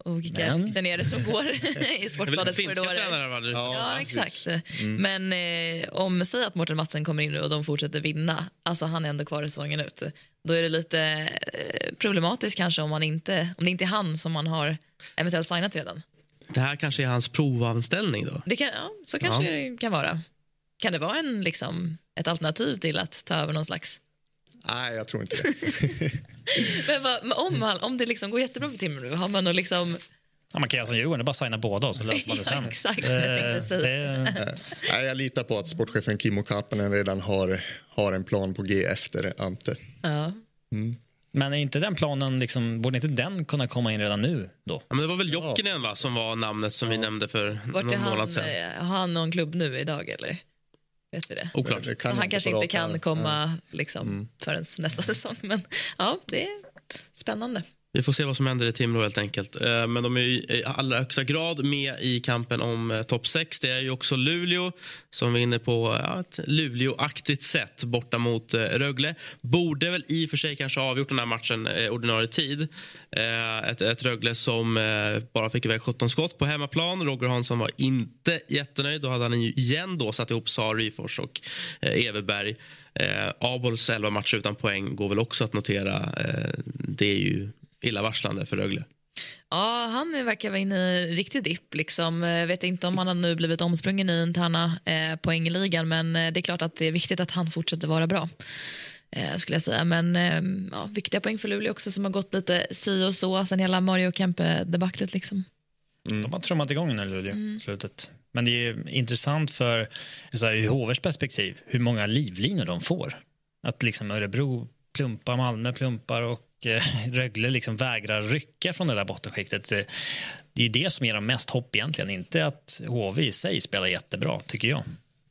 och vilka den är det som går i Sportbladets korridorer. Ja, ja, exakt. Mm. Men eh, om säg att Mårten Mattsson kommer in och de fortsätter vinna, alltså han är ändå kvar i säsongen ut, då är det lite eh, problematiskt kanske om man inte om det inte är han som man har eventuellt signat redan. Det här kanske är hans provanställning då? Det kan, ja, så kanske ja. det kan vara. Kan det vara en, liksom, ett alternativ till att ta över någon slags... Nej, jag tror inte det. Men vad, om, om det liksom går jättebra för Timrå nu, har man nog liksom... Ja, man kan göra som Djurgården, bara signa båda och så löser man det sen. Ja, exakt, eh, jag det... Nej, jag litar på att sportchefen Kimmo Kapanen redan har, har en plan på G efter Ante. Ja. Mm. Men är inte den planen, liksom, borde inte den kunna komma in redan nu då? Ja, men det var väl Jokinen va, som var namnet som ja. vi nämnde för Vart någon han, månad sedan. Har han någon klubb nu idag eller? Vet du det? Oklart. Det så han kanske inte kan komma ja. liksom, mm. förrän nästa säsong. Men ja, det är spännande. Vi får se vad som händer i Timrå helt enkelt. Men de är i allra högsta grad med i kampen om topp sex. Det är ju också Luleå som vinner på ja, ett Luleå-aktigt sätt borta mot Rögle. Borde väl i och för sig kanske avgjort den här matchen eh, ordinarie tid. Eh, ett, ett Rögle som eh, bara fick iväg sjutton skott på hemmaplan. Roger Hansson var inte jättenöjd. Då hade han ju igen då satt ihop Sar, Ryfors och eh, Everberg. Eh, Abols elva matcher utan poäng går väl också att notera. Eh, det är ju illavarslande för Rögle. Ja, han verkar vara inne i riktig dipp. Liksom. Jag vet inte om han har nu blivit omsprungen i interna eh, poängligan, men det är klart att det är viktigt att han fortsätter vara bra. Eh, skulle jag säga. Men eh, ja, viktiga poäng för Luleå också som har gått lite si och så sen hela Mario Kempe-debaclet. Liksom. Mm. De har trummat igång nu Luleå mm. slutet. Men det är intressant för så här, ur H V:s perspektiv hur många livlinor de får. Att liksom Örebro plumpar, Malmö plumpar och Rögle liksom vägrar rycka från det där bottenskiktet. Det är det som ger dem mest hopp egentligen. Inte att H V i sig spelar jättebra, tycker jag.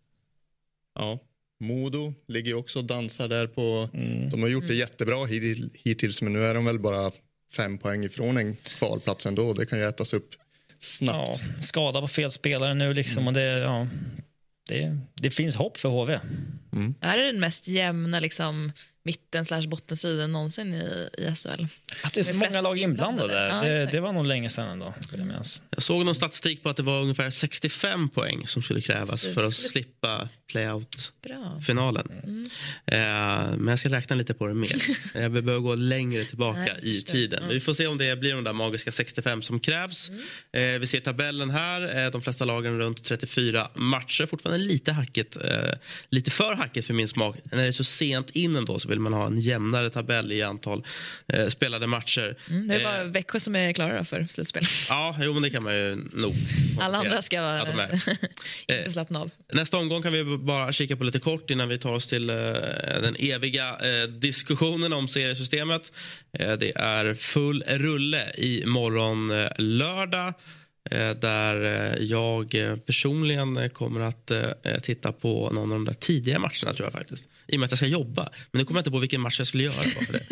Ja, Modo ligger också och dansar där på... Mm. De har gjort det jättebra hittills, men nu är de väl bara fem poäng ifrån en kvalplats ändå. Det kan ju ätas upp snabbt. Ja, skada på fel spelare nu liksom. Mm. Och det, ja, det, det finns hopp för H V. Mm. Är det den mest jämna liksom... mitten slash bottenstriden någonsin i, i S H L. Att det är så många lag inblandade där. Ja, det, det var nog länge sedan ändå. Mm. Jag såg någon statistik på att det var ungefär sextiofem poäng som skulle krävas för att slippa playout-finalen. Mm. Eh, men jag ska räkna lite på det mer. Jag behöver gå längre tillbaka Nej, i tiden. Mm. Vi får se om det blir de där magiska sextiofem som krävs. Mm. Eh, vi ser tabellen här. Eh, de flesta lagen runt trettiofyra matcher. Fortfarande lite hacket. Eh, lite för hacket för min smak. När det är så sent in ändå så vill man ha en jämnare tabell i antal eh, spelade matcher. Mm, det är bara eh, Växjö som är klara för slutspel. Ja, jo, men det kan man ju nog. Alla andra ska vara inte slappna av. Nästa omgång kan vi bara kika på lite kort innan vi tar oss till eh, den eviga eh, diskussionen om seriesystemet. Eh, det är full rulle i morgon eh, lördag. Där jag personligen kommer att titta på någon av de där tidiga matcherna tror jag faktiskt. I och med att jag ska jobba. Men nu kommer jag inte på vilken match jag skulle göra för det.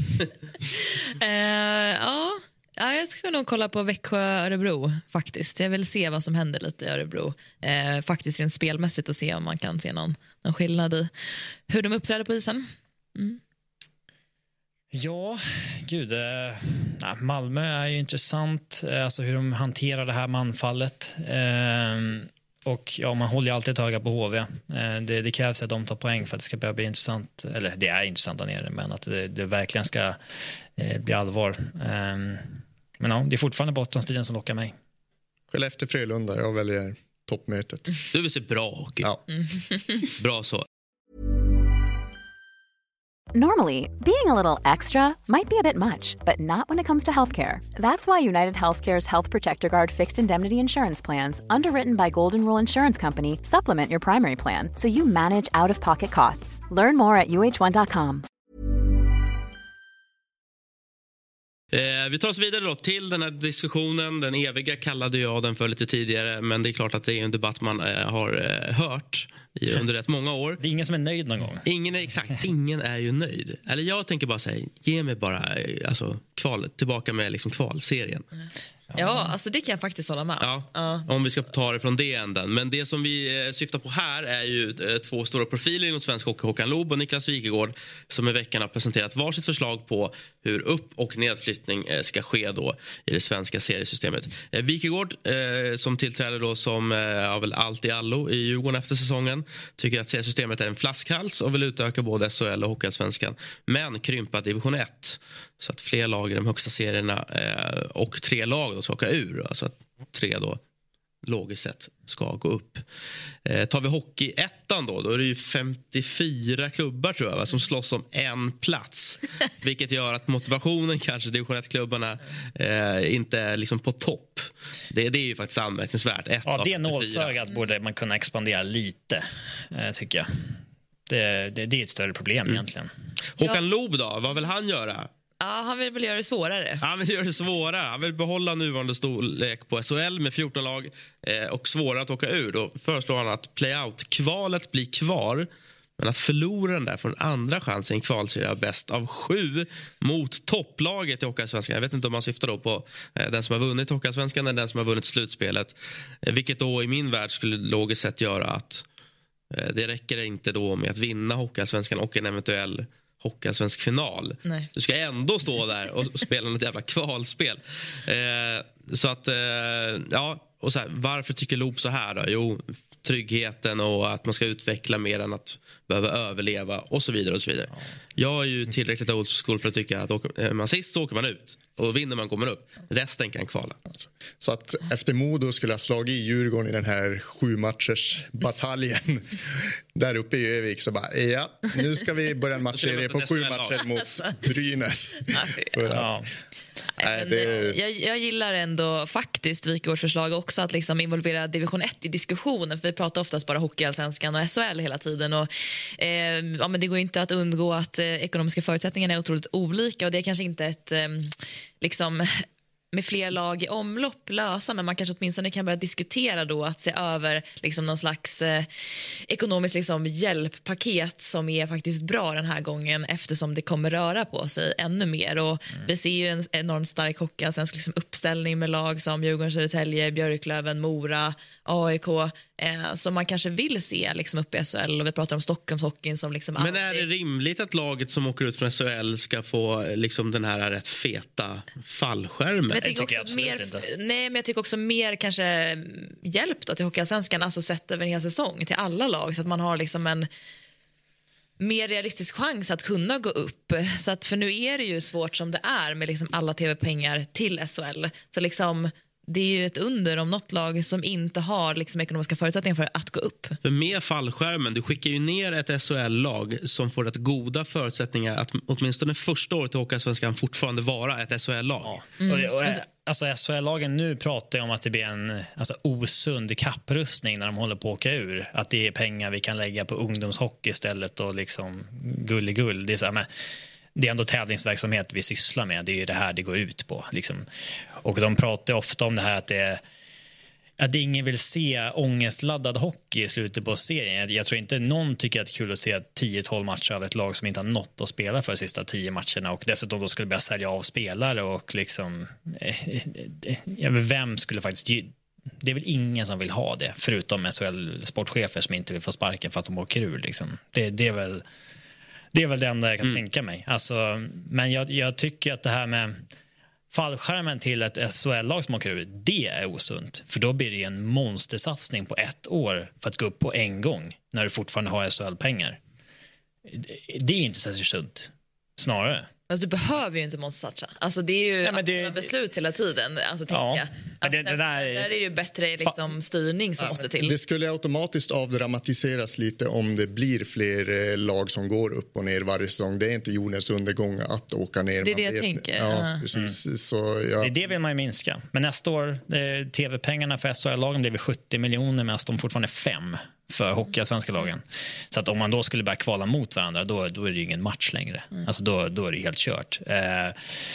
uh, ja. ja, jag ska nog kolla på Växjö-Örebro faktiskt. Jag vill se vad som händer lite i Örebro. Uh, faktiskt rent spelmässigt och se om man kan se någon, någon skillnad i hur de uppträder på isen. Mm. Ja, gud. Eh, Malmö är ju intressant. Alltså hur de hanterar det här manfallet. Eh, och ja, man håller ju alltid ett öga på H V. Eh, det, det krävs att de tar poäng för att det ska börja bli intressant. Eller det är intressant där nere, men att det, det verkligen ska eh, bli allvar. Eh, men ja, det är fortfarande bottenstriden som lockar mig. Skellefteå Frölunda, jag väljer toppmötet. Du vill se bra hockey. Ja. Bra så. Normally, being a little extra might be a bit much, but not when it comes to healthcare. That's why United Healthcare's Health Protector Guard fixed indemnity insurance plans, underwritten by Golden Rule Insurance Company, supplement your primary plan so you manage out-of-pocket costs. Learn more at u h one dot com. Eh, vi tar oss vidare då till den här diskussionen. Den eviga kallade jag den för lite tidigare, men det är klart att det är en debatt man eh, har eh, hört i, under rätt många år. Det är ingen som är nöjd någon gång. Ingen är, exakt, ingen är ju nöjd. Eller jag tänker bara säga, ge mig bara alltså, kval, tillbaka med liksom kvalserien. Ja, alltså det kan jag faktiskt hålla med. Ja, ja. Om vi ska ta det från det änden. Men det som vi syftar på här är ju två stora profiler inom svensk hockey, Håkan Loob och Niklas Wikegård, som i veckan har presenterat varsitt förslag på hur upp- och nedflyttning ska ske då i det svenska seriesystemet. Wikegård, eh, som tillträder då som eh, väl allt i allo i Djurgården efter säsongen, tycker att seriesystemet är en flaskhals och vill utöka både S H L och Hockeyallsvenskan, men krympa division ett så att fler lag i de högsta serierna eh, och tre lag då ska åka ur, alltså att tre då logiskt sett ska gå upp. Eh, tar vi hockeyettan då, då är det ju femtiofyra klubbar tror jag, va, som slåss om en plats. Vilket gör att motivationen kanske division ett-klubbarna eh, inte är liksom på topp. Det, det är ju faktiskt anmärkningsvärt. Ett ja, det nålsögat borde man kunna expandera lite, eh, tycker jag. Det, det, det är ett större problem mm. egentligen. Håkan ja. Loob då, vad vill han göra? Ja, han vill väl göra det svårare. Han vill göra det svårare. Han vill behålla nuvarande storlek på S H L med fjorton lag eh, och svårare att åka ur. Då föreslår han att playout-kvalet blir kvar, men att förloraren där får en andra chans i en kvalserie bäst av sju mot topplaget i Hockeyallsvenskan. Jag vet inte om man syftar då på eh, den som har vunnit Hockeyallsvenskan eller den som har vunnit slutspelet. Eh, vilket då i min värld skulle logiskt sett göra att eh, det räcker inte då med att vinna Hockeyallsvenskan och en eventuell Hockeyallsvensk final. Nej. Du ska ändå stå där och spela något jävla kvalspel. Eh, så att, eh, ja, och så här, varför tycker Loob så här då? Jo, tryggheten och att man ska utveckla mer än att behöva överleva och så vidare och så vidare. Ja. Jag är ju tillräckligt old school för att tycka att åker man sist så åker man ut och vinner man kommer upp. Resten kan kvala. Så att efter Modo skulle ha slagit i Djurgården i den här sju matchers bataljen där uppe i Övik, så bara ja, nu ska vi börja en matchserie på sju matcher mot Brynäs. För att, ja. Nej, det... jag, jag gillar ändå faktiskt Wikegårds förslag också, att liksom involvera division ett i diskussionen, för vi pratar oftast bara Hockeyallsvenskan och S H L hela tiden och, eh, ja, men det går inte att undgå att eh, ekonomiska förutsättningarna är otroligt olika, och det är kanske inte ett eh, liksom med fler lag i omlopp lösa, men man kanske åtminstone kan börja diskutera då att se över liksom någon slags eh, ekonomiskt liksom hjälppaket som är faktiskt bra den här gången, eftersom det kommer röra på sig ännu mer. Och mm. vi ser ju en enormt stark hockeyallsvensk liksom uppställning med lag som Djurgården, Södertälje, Björklöven, Mora, A I K, eh, som man kanske vill se liksom uppe i S H L, och vi pratar om Stockholmshockeyn som liksom men är det rimligt att laget som åker ut från S H L ska få liksom den här rätt feta fallskärmen? Jag tycker, jag tycker mer, inte. Nej, men jag tycker också mer kanske hjälp då till Hockeyallsvenskan, alltså sett över en hel säsong till alla lag, så att man har liksom en mer realistisk chans att kunna gå upp. Så att, för nu är det ju svårt som det är med liksom alla tv-pengar till S H L. Så liksom det är ju ett under om något lag som inte har liksom ekonomiska förutsättningar för att gå upp. För med fallskärmen, du skickar ju ner ett S H L-lag som får rätt goda förutsättningar att åtminstone första året i Hockeyallsvenskan fortfarande vara ett S H L-lag. Ja. Mm. Och, och, alltså S H L-lagen nu pratar ju om att det blir en alltså, osund kapprustning när de håller på att åka ur. Att det är pengar vi kan lägga på ungdomshockey istället och liksom gull-gull. Det är så här, men det är ändå tävlingsverksamhet vi sysslar med. Det är ju det här det går ut på. Liksom. Och de pratar ofta om det här att det att ingen vill se ångestladdad hockey i slutet på serien. Jag, jag tror inte någon tycker att det är kul att se tio tolv matcher av ett lag som inte har nått att spela för de sista tio matcherna, och dessutom då skulle börja sälja av spelare och liksom eh, eh, vem skulle faktiskt det är väl ingen som vill ha det förutom S H L-sportchefer som inte vill få sparken för att de åker ur liksom. det, det är väl Det är väl det enda jag kan mm. tänka mig. Alltså, men jag, jag tycker att det här med fallskärmen till ett S H L-lag som åker ut, det är osunt. För då blir det en monstersatsning på ett år för att gå upp på en gång när du fortfarande har S H L-pengar. Det, det är inte så sunt. Snarare. Alltså, du behöver ju inte monstersatsa. Alltså, det är ju Nej, det, beslut hela tiden. Alltså, ja, jag. Alltså, det, det där, där är det ju bättre liksom, styrning som ja, måste till. Det skulle automatiskt avdramatiseras lite om det blir fler eh, lag som går upp och ner varje säsong. Det är inte jordens undergång att åka ner. Det är det vet, jag tänker. Ja, uh. precis. Mm. Så, ja. Det, det vill man ju minska. Men nästa år, eh, tv-pengarna för S H L-lagen blir sjuttio miljoner, medan de fortfarande fem för hockeyallsvenska lagen. Så att om man då skulle börja kvala mot varandra, då, då är det ju ingen match längre. Mm. Alltså då, då är det helt kört. Eh,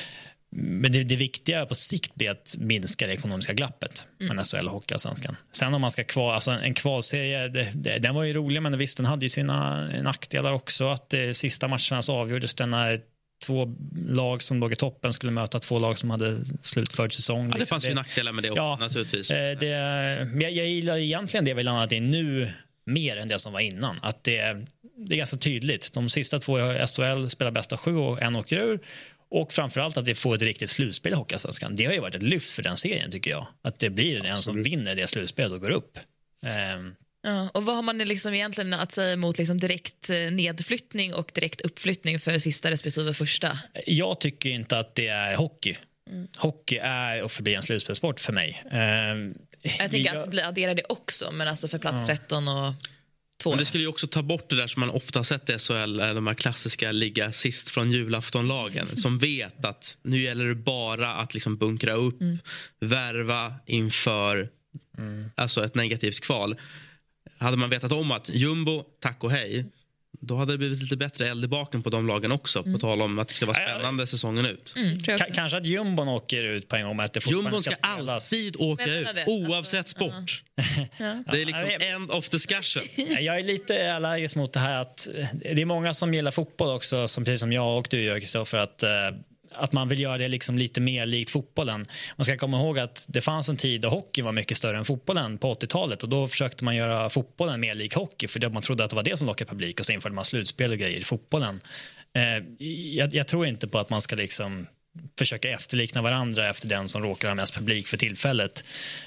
men det, det viktiga på sikt blir att minska det ekonomiska glappet mm. mellan S H L och hockeyallsvenskan. Sen om man ska kval, alltså en kvalserie, det, det, den var ju rolig, men visst, den hade ju sina nackdelar också. Att det, sista matcherna så avgjordes den när två lag som låg i toppen skulle möta två lag som hade slutförd säsong. Ja, det liksom. fanns ju nackdelar med det också, ja, naturligtvis. Det, jag, jag gillar egentligen det vi landat i nu mer än det som var innan. Att det, det är ganska tydligt. De sista två i S H L spelar bästa sju och en åker ur. Och framförallt att vi får ett riktigt slutspel i Hockeyallsvenskan. Det har ju varit ett lyft för den serien, tycker jag. Att det blir en som vinner det slutspelet och går upp. Um, Ja, och vad har man liksom egentligen att säga mot liksom direkt nedflyttning och direkt uppflyttning för sista respektive första? Jag tycker inte att det är hockey. Mm. Hockey är och förblir en slutspelsport för mig. Um, jag tänker jag... att addera det också, men alltså för plats ja. tretton och två. Men det skulle ju också ta bort det där som man ofta sett i S H L, de här klassiska ligga sist från julaftonlagen som vet att nu gäller det bara att liksom bunkra upp, mm. värva inför mm. alltså ett negativt kval. Hade man vetat om att jumbo, tack och hej, då hade det blivit lite bättre eld i baken på de lagen också. Mm. På tal om att det ska vara spännande säsongen ut. Mm, K- kanske att jumbon åker ut på en gång med att det jumbon ska, ska alltid åka ut, det? Oavsett alltså, sport. Uh-huh. Ja. Det är liksom end of discussion. Jag är lite allergisk mot det här att det är många som gillar fotboll också, som precis som jag och du gör, Kristoffer, att att man vill göra det liksom lite mer likt fotbollen. Man ska komma ihåg att det fanns en tid då hockey var mycket större än fotbollen på åttiotalet, och då försökte man göra fotbollen mer lik hockey för det man trodde att det var det som lockade publik, och så införde man slutspel och grejer i fotbollen. Eh, jag, jag tror inte på att man ska liksom försöka efterlikna varandra efter den som råkar ha mest publik för tillfället.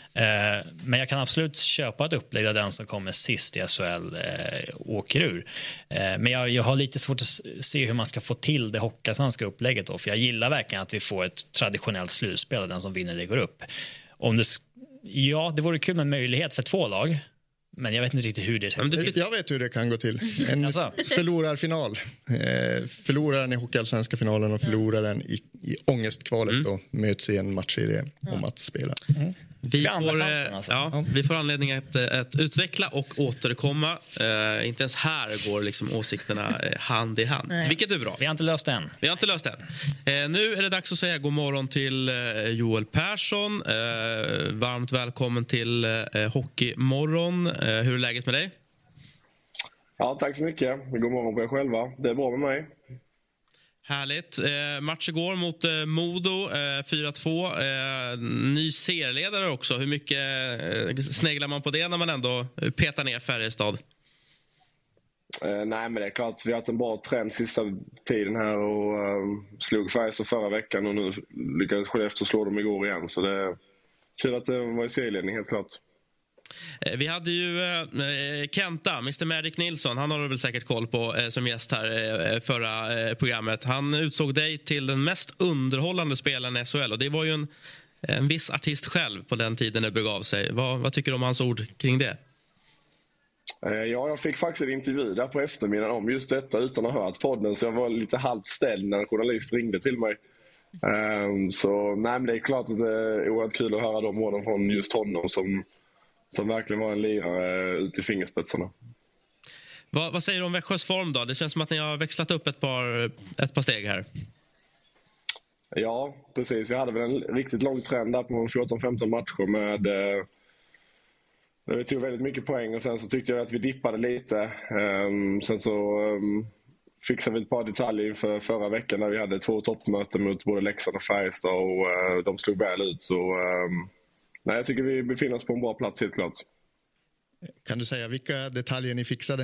Eh, men jag kan absolut köpa ett upplägg där den som kommer sist i S H L eh, åker ur. Eh, men jag, jag har lite svårt att se hur man ska få till det hockeyallsvenska upplägget då, för jag gillar verkligen att vi får ett traditionellt slutspel och den som vinner det går upp. Om det, ja, det vore kul med möjlighet för två lag, men jag vet inte riktigt hur det ska. Jag vet hur det kan gå till. En alltså. förlorarfinal. Eh, förloraren i hockeyallsvenska finalen och förloraren i, i ångestkvalet mm. då möts i en matchserie mm. om att spela. Mm. Vi får, alltså. ja, vi får anledning att, att utveckla och återkomma. Uh, inte ens här går liksom åsikterna hand i hand. Nej. Vilket är bra. Vi har inte löst än. Vi har inte löst än. Uh, nu är det dags att säga god morgon till uh, Joel Persson. Uh, varmt välkommen till uh, Hockeymorgon. Uh, hur är läget med dig? Ja, tack så mycket. God morgon på er själva. Det är bra med mig. Härligt. Eh, match igår mot eh, Modo, eh, fyra två. Eh, ny serieledare också. Hur mycket eh, sneglar man på det när man ändå petar ner Färjestad? Eh, nej, men det är klart. Vi har haft en bra trend sista tiden här och eh, slog Färjestad förra veckan och nu lyckades Skellefteå slå dem igår igen. Så det är kul att det var i serieledning, helt klart. Vi hade ju eh, Kenta, mister Magic Nilsson. Han har du väl säkert koll på eh, som gäst här eh, förra eh, programmet. Han utsåg dig till den mest underhållande spelaren i S H L. Och det var ju en, en viss artist själv på den tiden det begav sig. Vad, vad tycker du om hans ord kring det? Eh, ja, jag fick faktiskt en intervju där på eftermiddagen om just detta utan att ha hört podden. Så jag var lite halvt ställd när en journalist ringde till mig. Um, så nej, men det är klart att det är oerhört kul att höra de orden från just honom som... Som verkligen var en lirare ut i fingerspetsarna. Vad, vad säger du om Växjös form då? Det känns som att ni har växlat upp ett par, ett par steg här. Ja, precis. Vi hade väl en riktigt lång trend där på fjorton femton matcher med... Eh, där vi tog väldigt mycket poäng och sen så tyckte jag att vi dippade lite. Um, sen så um, fixade vi ett par detaljer inför förra veckan när vi hade två toppmöten mot både Leksand och Färjestad och uh, de slog väl ut så... Um, Nej, jag tycker vi befinner oss på en bra plats, helt klart. Kan du säga vilka detaljer ni fixade?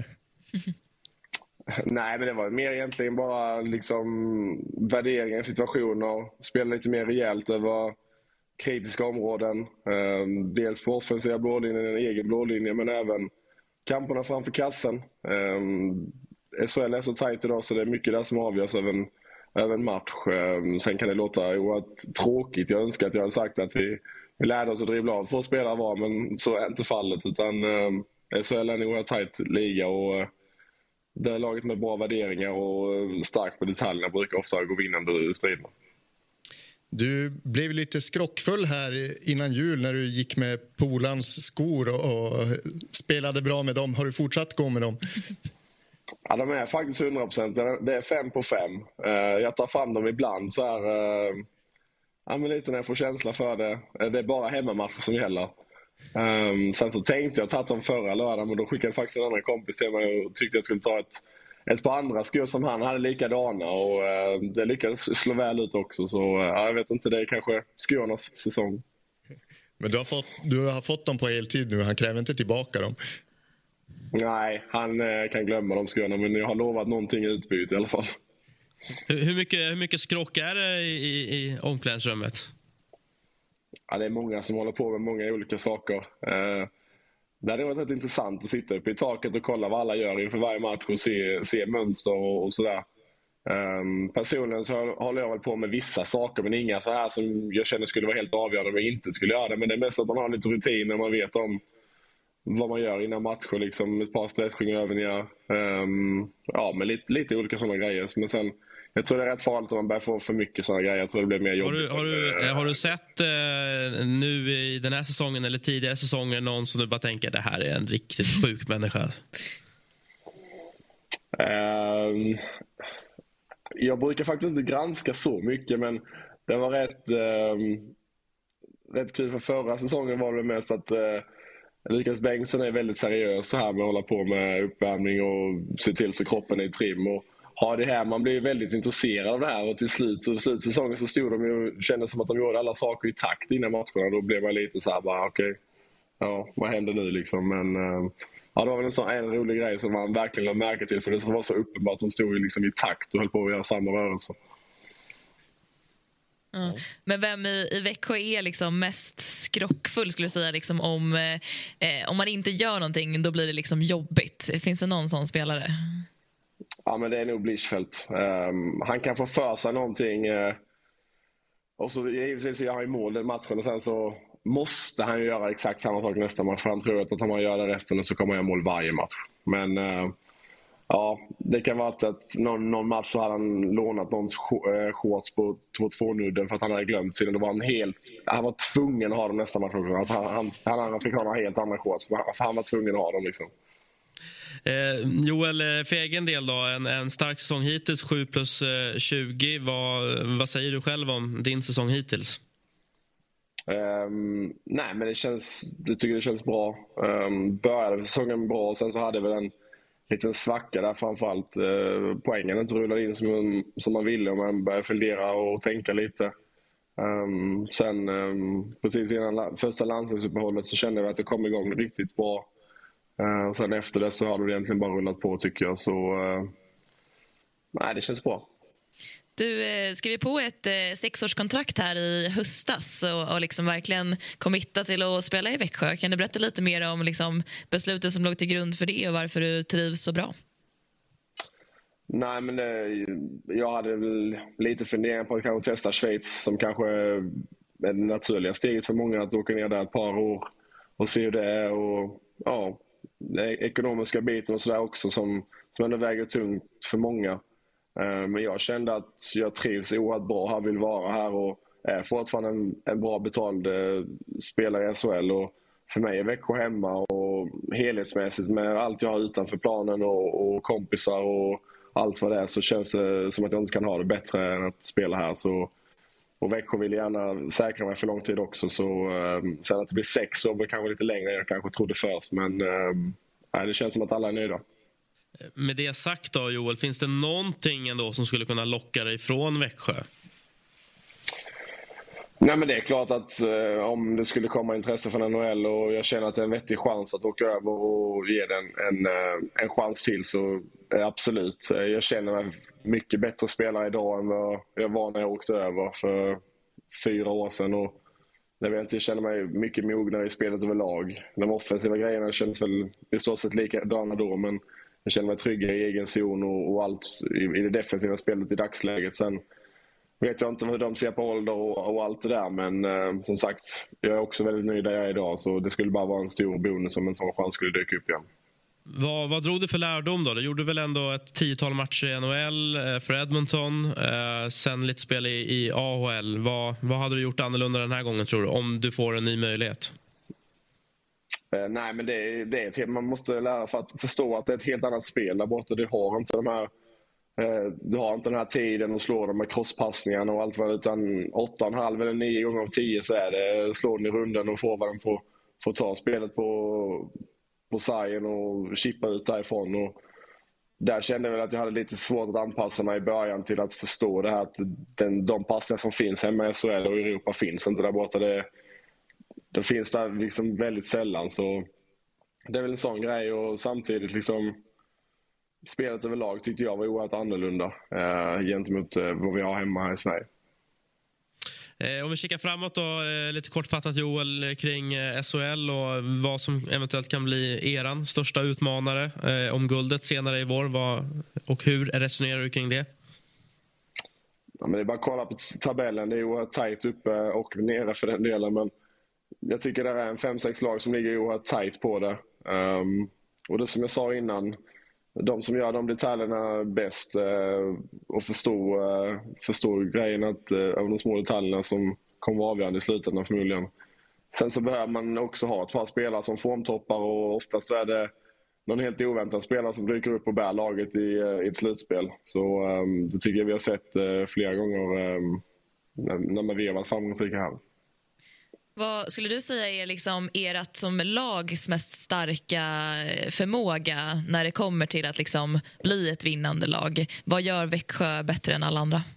Nej, men det var mer egentligen bara liksom värderingar i situationer. Spela lite mer rejält över kritiska områden. Um, dels på offensiva blålinjen, en egen blålinje, men även kamperna framför kassen. Um, S H L är så tajt idag så det är mycket där som avgörs över en, över en match. Um, sen kan det låta oerhört tråkigt. Jag önskar att jag hade sagt att vi Vi lärde oss att dribbla av två spelare var, men så är inte fallet. Utan eh, S H L är en oerhört tajt liga och eh, det är laget med bra värderingar och eh, starkt på detaljerna brukar ofta gå vinnande ur striden. Du blev lite skrockfull här innan jul när du gick med polans skor och, och spelade bra med dem. Har du fortsatt gå med dem? Ja, de är faktiskt hundra procent. Det är fem på fem. Eh, jag tar fram dem ibland så här... Eh, Ja, men lite när jag får känsla för det. Det är bara hemmamatcher som gäller. Um, sen så tänkte jag ta dem förra lördagen, men då skickade faktiskt en annan kompis till mig och tyckte jag skulle ta ett, ett par andra skor som han hade likadana och eh, det lyckades slå väl ut också. Så eh, jag vet inte, det är kanske skornas säsong. Men du har fått, du har fått dem på heltid nu, han kräver inte tillbaka dem. Nej, han eh, kan glömma de skorna, men jag har lovat någonting i utbyte i alla fall. Hur, hur, mycket, hur mycket skrock är det i, i, i omklädningsrummet? Ja, det är många som håller på med många olika saker. Eh, det hade varit rätt intressant att sitta uppe i taket och kolla vad alla gör inför varje match och se, se mönster och, och sådär. Um, personligen så håller jag väl på med vissa saker, men inga så här som jag känner skulle vara helt avgörande om jag inte skulle göra det. Men det är mest att man har lite rutin när man vet om vad man gör innan matcher, liksom ett par stretchingövningar, um, ja, med lite, lite olika sådana grejer. Men sen, jag tror det är rätt farligt om man börjar få för mycket sådana grejer. Jag tror det blir mer jobbigt. Har du, har du, har du sett eh, nu i den här säsongen eller tidigare säsonger någon som du bara tänker det här är en riktigt sjuk människa? Um, jag brukar faktiskt inte granska så mycket, men det var rätt, um, rätt kul för förra säsongen var det mest att uh, Lukas Bengtsson är väldigt seriös så här med att hålla på med uppvärmning och se till så kroppen är i trim och ha det här. Man blir väldigt intresserad av det här och till slut och slut säsongen så stod de ju, kändes som att de gjorde alla saker i takt innan matcherna. Då blev man lite så här bara okej, okay, ja, vad händer nu liksom? Men uh, ja, det var väl en sån en rolig grej som man verkligen lade märke till, för det var så uppenbart att de stod ju liksom i takt och höll på att göra samma rörelse. Mm. Men vem i, i Växjö är liksom mest skrockfull skulle jag säga, liksom om, eh, om man inte gör någonting då blir det liksom jobbigt. Finns det någon sån spelare? Ja, men det är nog Blischfeldt. Um, han kan få för sig någonting uh, och så givetvis gör han i mål den matchen och sen så måste han ju göra exakt samma sak nästa match. Han tror att om han gör det resten så kommer han göra mål varje match. Men uh, ja, det kan vara att någon, någon match så hade han lånat någons shorts på två två-nudden för att han hade glömt sin. Då var han helt, han var tvungen att ha dem nästa match. Alltså han, han, han, han fick ha några helt andra shorts. Han var tvungen att ha dem liksom. Eh, Joel, för egen del då, en, en stark säsong hittills, sju plus tjugo. Vad, vad säger du själv om din säsong hittills? Um, nej, men det känns, jag tycker det känns bra. Um, började säsongen bra och sen så hade vi en liten svacka där framförallt. Uh, poängen inte rullade in som, som man ville och man började fundera och tänka lite. Um, sen um, precis innan första landslagsuppehållet så kände vi att det kom igång riktigt bra. Uh, och sen efter det så har det egentligen bara rullat på tycker jag. Så uh, nej, det känns bra. Du eh, skrev på ett eh, sexårskontrakt här i höstas och, och liksom verkligen committa till att spela i Växjö. Kan du berätta lite mer om liksom, beslutet som låg till grund för det och varför du trivs så bra? Nej, men eh, jag hade väl lite funderingar på att kanske testa Schweiz som kanske är det naturliga steget för många att åka ner där ett par år och se hur det är och ja, det ekonomiska biten och sådär också som, som ändå väger tungt för många. Men jag kände att jag trivs oerhört bra här, vill vara här och är fortfarande en, en bra betald eh, spelare i S H L. Och för mig är Växjö hemma och helhetsmässigt med allt jag har utanför planen och, och kompisar och allt vad det är så känns det som att jag inte kan ha det bättre än att spela här. Så, och Växjö vill gärna säkra mig för lång tid också. Så, eh, sen att det blir sex år blir kanske lite längre än jag kanske trodde först. Men eh, det känns som att alla är nöjda. Med det sagt då, Joel, finns det någonting ändå som skulle kunna locka dig från Växjö? Nej, men det är klart att eh, om det skulle komma intresse från N H L och jag känner att det är en vettig chans att åka över och ge den en, en, en chans till så eh, absolut. Jag känner mig mycket bättre spelare idag än vad jag var när jag åkte över för fyra år sedan. Och jag, vet inte, jag känner mig mycket mognare i spelet överlag. De offensiva grejerna känns väl i stort sett likadana då, men jag känner mig tryggare i egen zon och, och allt i, i det defensiva spelet i dagsläget. Sen vet jag inte hur de ser på ålder och, och allt det där. Men eh, som sagt, jag är också väldigt nöjd där jag är idag. Så det skulle bara vara en stor bonus om en sån chans skulle dyka upp igen. Vad, vad drog du för lärdom då? Du gjorde väl ändå ett tiotal matcher i N H L eh, för Edmonton. Eh, sen lite spel i, i A H L. Vad, vad hade du gjort annorlunda den här gången tror du? Om du får en ny möjlighet? Eh, nej, men det är, det är ett, man måste lära för att förstå att det är ett helt annat spel där borta. Du har inte de här eh, du har inte den här tiden att slå dem med crosspassningarna och allt vad, utan åtta och en halv eller nio gånger av tio så är det slå den i runden och få vad de får, får ta spelet på på sargen och chippa ut därifrån och där kände jag väl att jag hade lite svårt att anpassa mig i början till att förstå det här att den, de passningar som finns hemma i S H L och i Europa finns inte där borta. Det, det finns där liksom väldigt sällan, så det är väl en sån grej. Och samtidigt liksom spelet överlag tyckte jag var oerhört annorlunda eh, gentemot eh, vad vi har hemma här i Sverige. Eh, om vi kikar framåt då, eh, lite kortfattat Joel, kring eh, S H L och vad som eventuellt kan bli eran största utmanare eh, om guldet senare i vår. Vad, och hur resonerar du kring det? Ja, men det är bara att kolla på tabellen. Det är oerhört tajt uppe och nere för den delen. Men jag tycker det är en fem sex lag som ligger oerhört tajt på det. Um, och det som jag sa innan, de som gör de detaljerna bäst uh, och förstår, uh, förstår grejen att, uh, av de små detaljerna som kommer vara avgörande i slutändan förmodligen. Sen så behöver man också ha ett par spelare som formtoppar, och oftast så är det någon helt oväntad spelare som dyker upp och bär laget i, uh, i ett slutspel. Så um, det tycker jag vi har sett uh, flera gånger um, när, när vi har varit framgångsrika här. Vad skulle du säga är liksom ert som lags mest starka förmåga när det kommer till att liksom bli ett vinnande lag? Vad gör Växjö bättre än alla andra?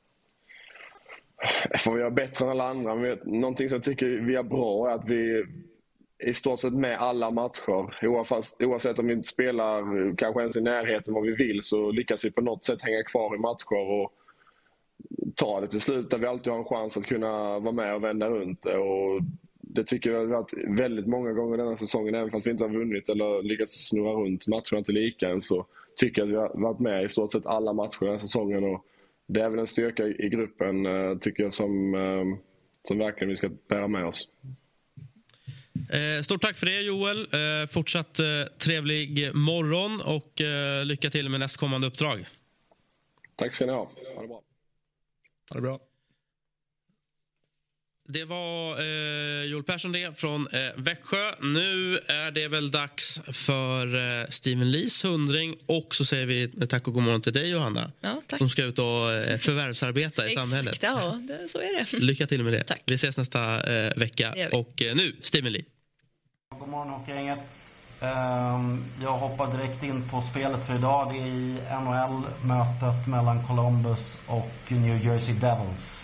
Får vi göra bättre än alla andra? Men någonting som jag tycker vi är bra är att vi i stort sett med alla matcher. Oavsett, oavsett om vi inte spelar kanske ens i närheten vad vi vill, så lyckas vi på något sätt hänga kvar i matcher och ta det till slut, där vi alltid har en chans att kunna vara med och vända runt det. Och det tycker jag har varit väldigt många gånger denna säsongen, även fast vi inte har vunnit eller lyckats snurra runt matcherna inte lika än, så tycker jag att vi har varit med i stort sett alla matcher den här säsongen, och det är väl en styrka i gruppen tycker jag som, som verkligen vi ska bära med oss. Stort tack för det Joel, fortsatt trevlig morgon och lycka till med nästkommande uppdrag. Tack ska ni ha, ha det bra. Ha det bra. Det var eh, Joel Persson det från eh, Växjö. Nu är det väl dags för eh, Steven Lees hundring. Och så säger vi tack och god morgon till dig Johanna. Ja, tack. Som ska ut och eh, förvärvsarbeta i Exakt, samhället. Ja, det, så är det. Lycka till med det. Tack. Vi ses nästa eh, vecka. Och eh, nu, Steven Lee. God morgon Hockey-gänget. Um, jag hoppar direkt in på spelet för idag. Det är i N H L-mötet mellan Columbus och New Jersey Devils.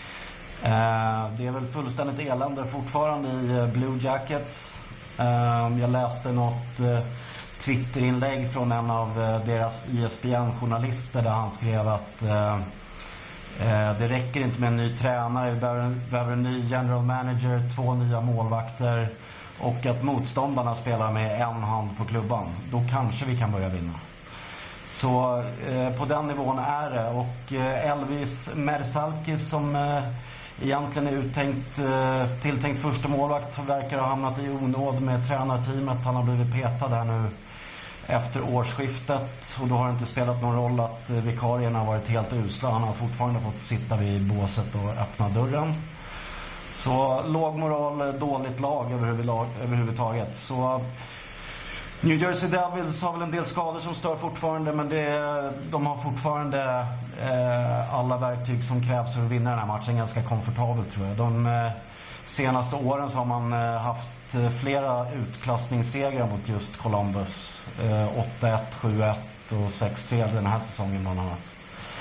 Uh, det är väl fullständigt elände fortfarande i Blue Jackets. Uh, jag läste något uh, Twitterinlägg från en av uh, deras E S P N-journalister där han skrev att uh, uh, det räcker inte med en ny tränare. Vi behöver en, behöver en ny general manager, två nya målvakter och att motståndarna spelar med en hand på klubban. Då kanske vi kan börja vinna. Så eh, på den nivån är det. Och eh, Elvis Mersalkis som eh, egentligen är uttänkt, eh, tilltänkt första målvakt verkar ha hamnat i onåd med tränarteamet. Han har blivit petad här nu efter årsskiftet. Och då har det inte spelat någon roll att eh, vikarierna har varit helt usla. Han har fortfarande fått sitta vid båset och öppna dörren. Så låg moral, dåligt lag överhuvudtaget. Så New Jersey Devils har väl en del skador som stör fortfarande, men det, de har fortfarande eh, alla verktyg som krävs för att vinna den här matchen ganska komfortabelt tror jag. De eh, senaste åren så har man eh, haft eh, flera utklassningssegrar mot just Columbus. Eh, åtta ett, sju ett och sex tre den här säsongen bland annat.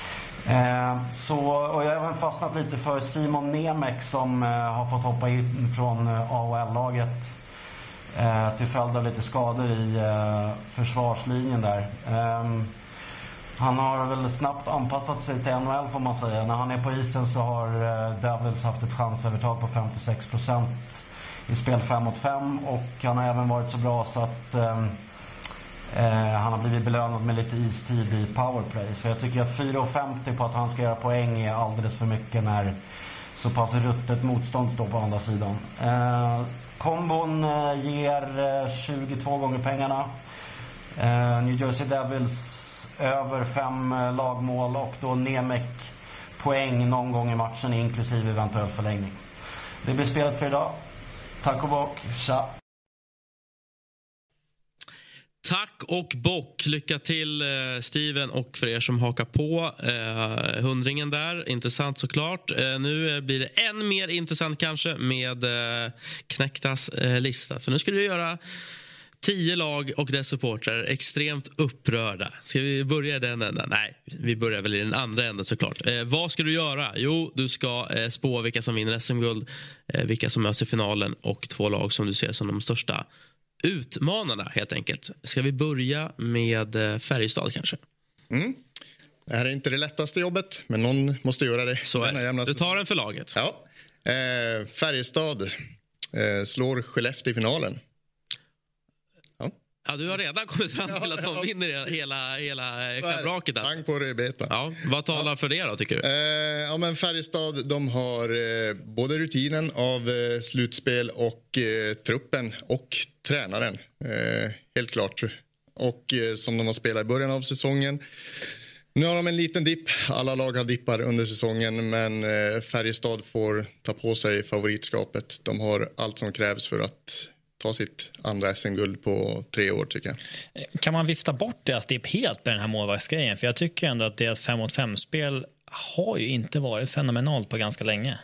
Eh, så, och jag har även fastnat lite för Simon Nemec som eh, har fått hoppa in från eh, A H L-laget eh, till följd av lite skador i eh, försvarslinjen där. Eh, han har väl snabbt anpassat sig till N H L får man säga. När han är på isen så har eh, Devils haft ett chansövertag på femtiosex procent i spel fem mot fem, och han har även varit så bra så att eh, Eh, han har blivit belönad med lite istid i powerplay. Så jag tycker att fyra femtio på att han ska göra poäng är alldeles för mycket när så pass ruttet motstånd står på andra sidan. Eh, kombon eh, ger eh, tjugotvå gånger pengarna. eh, New Jersey Devils över fem eh, lagmål, och då Nemec poäng någon gång i matchen inklusive eventuell förlängning. Det blir spelet för idag. Tack och bock, tja. Tack och bock. Lycka till eh, Steven och för er som hakar på eh, hundringen där. Intressant såklart. Eh, nu blir det än mer intressant kanske med eh, Knäcktas eh, lista. För nu ska du göra Tio lag och dess supportrar extremt upprörda. Ska vi börja i den änden? Nej, vi börjar väl i den andra änden såklart. Eh, vad ska du göra? Jo, du ska eh, spå vilka som vinner S M-guld, eh, vilka som möts i finalen och två lag som du ser som de största utmanarna helt enkelt. Ska vi börja med eh, Färjestad kanske? Mm. Det här är inte det lättaste jobbet, men någon måste göra det. Så är det. Du tar den för laget. Ja. Eh, Färjestad eh, slår Skellefteå i finalen. Ja, du har redan kommit fram till att de vinner hela, hela kabraket där. Pang på rödbetan. Ja, vad talar ja. för det då, tycker du? Eh, ja, men Färjestad, de har eh, både rutinen av eh, slutspel och eh, truppen och tränaren. Eh, helt klart. Och eh, som de har spelat i början av säsongen. Nu har de en liten dipp. Alla lag har dippar under säsongen, men eh, Färjestad får ta på sig favoritskapet. De har allt som krävs för att ta sitt andra S M-guld på tre år, tycker jag. Kan man vifta bort deras dipp helt med den här målvaktsgrejen? För jag tycker ändå att deras fem mot fem-spel har ju inte varit fenomenalt på ganska länge.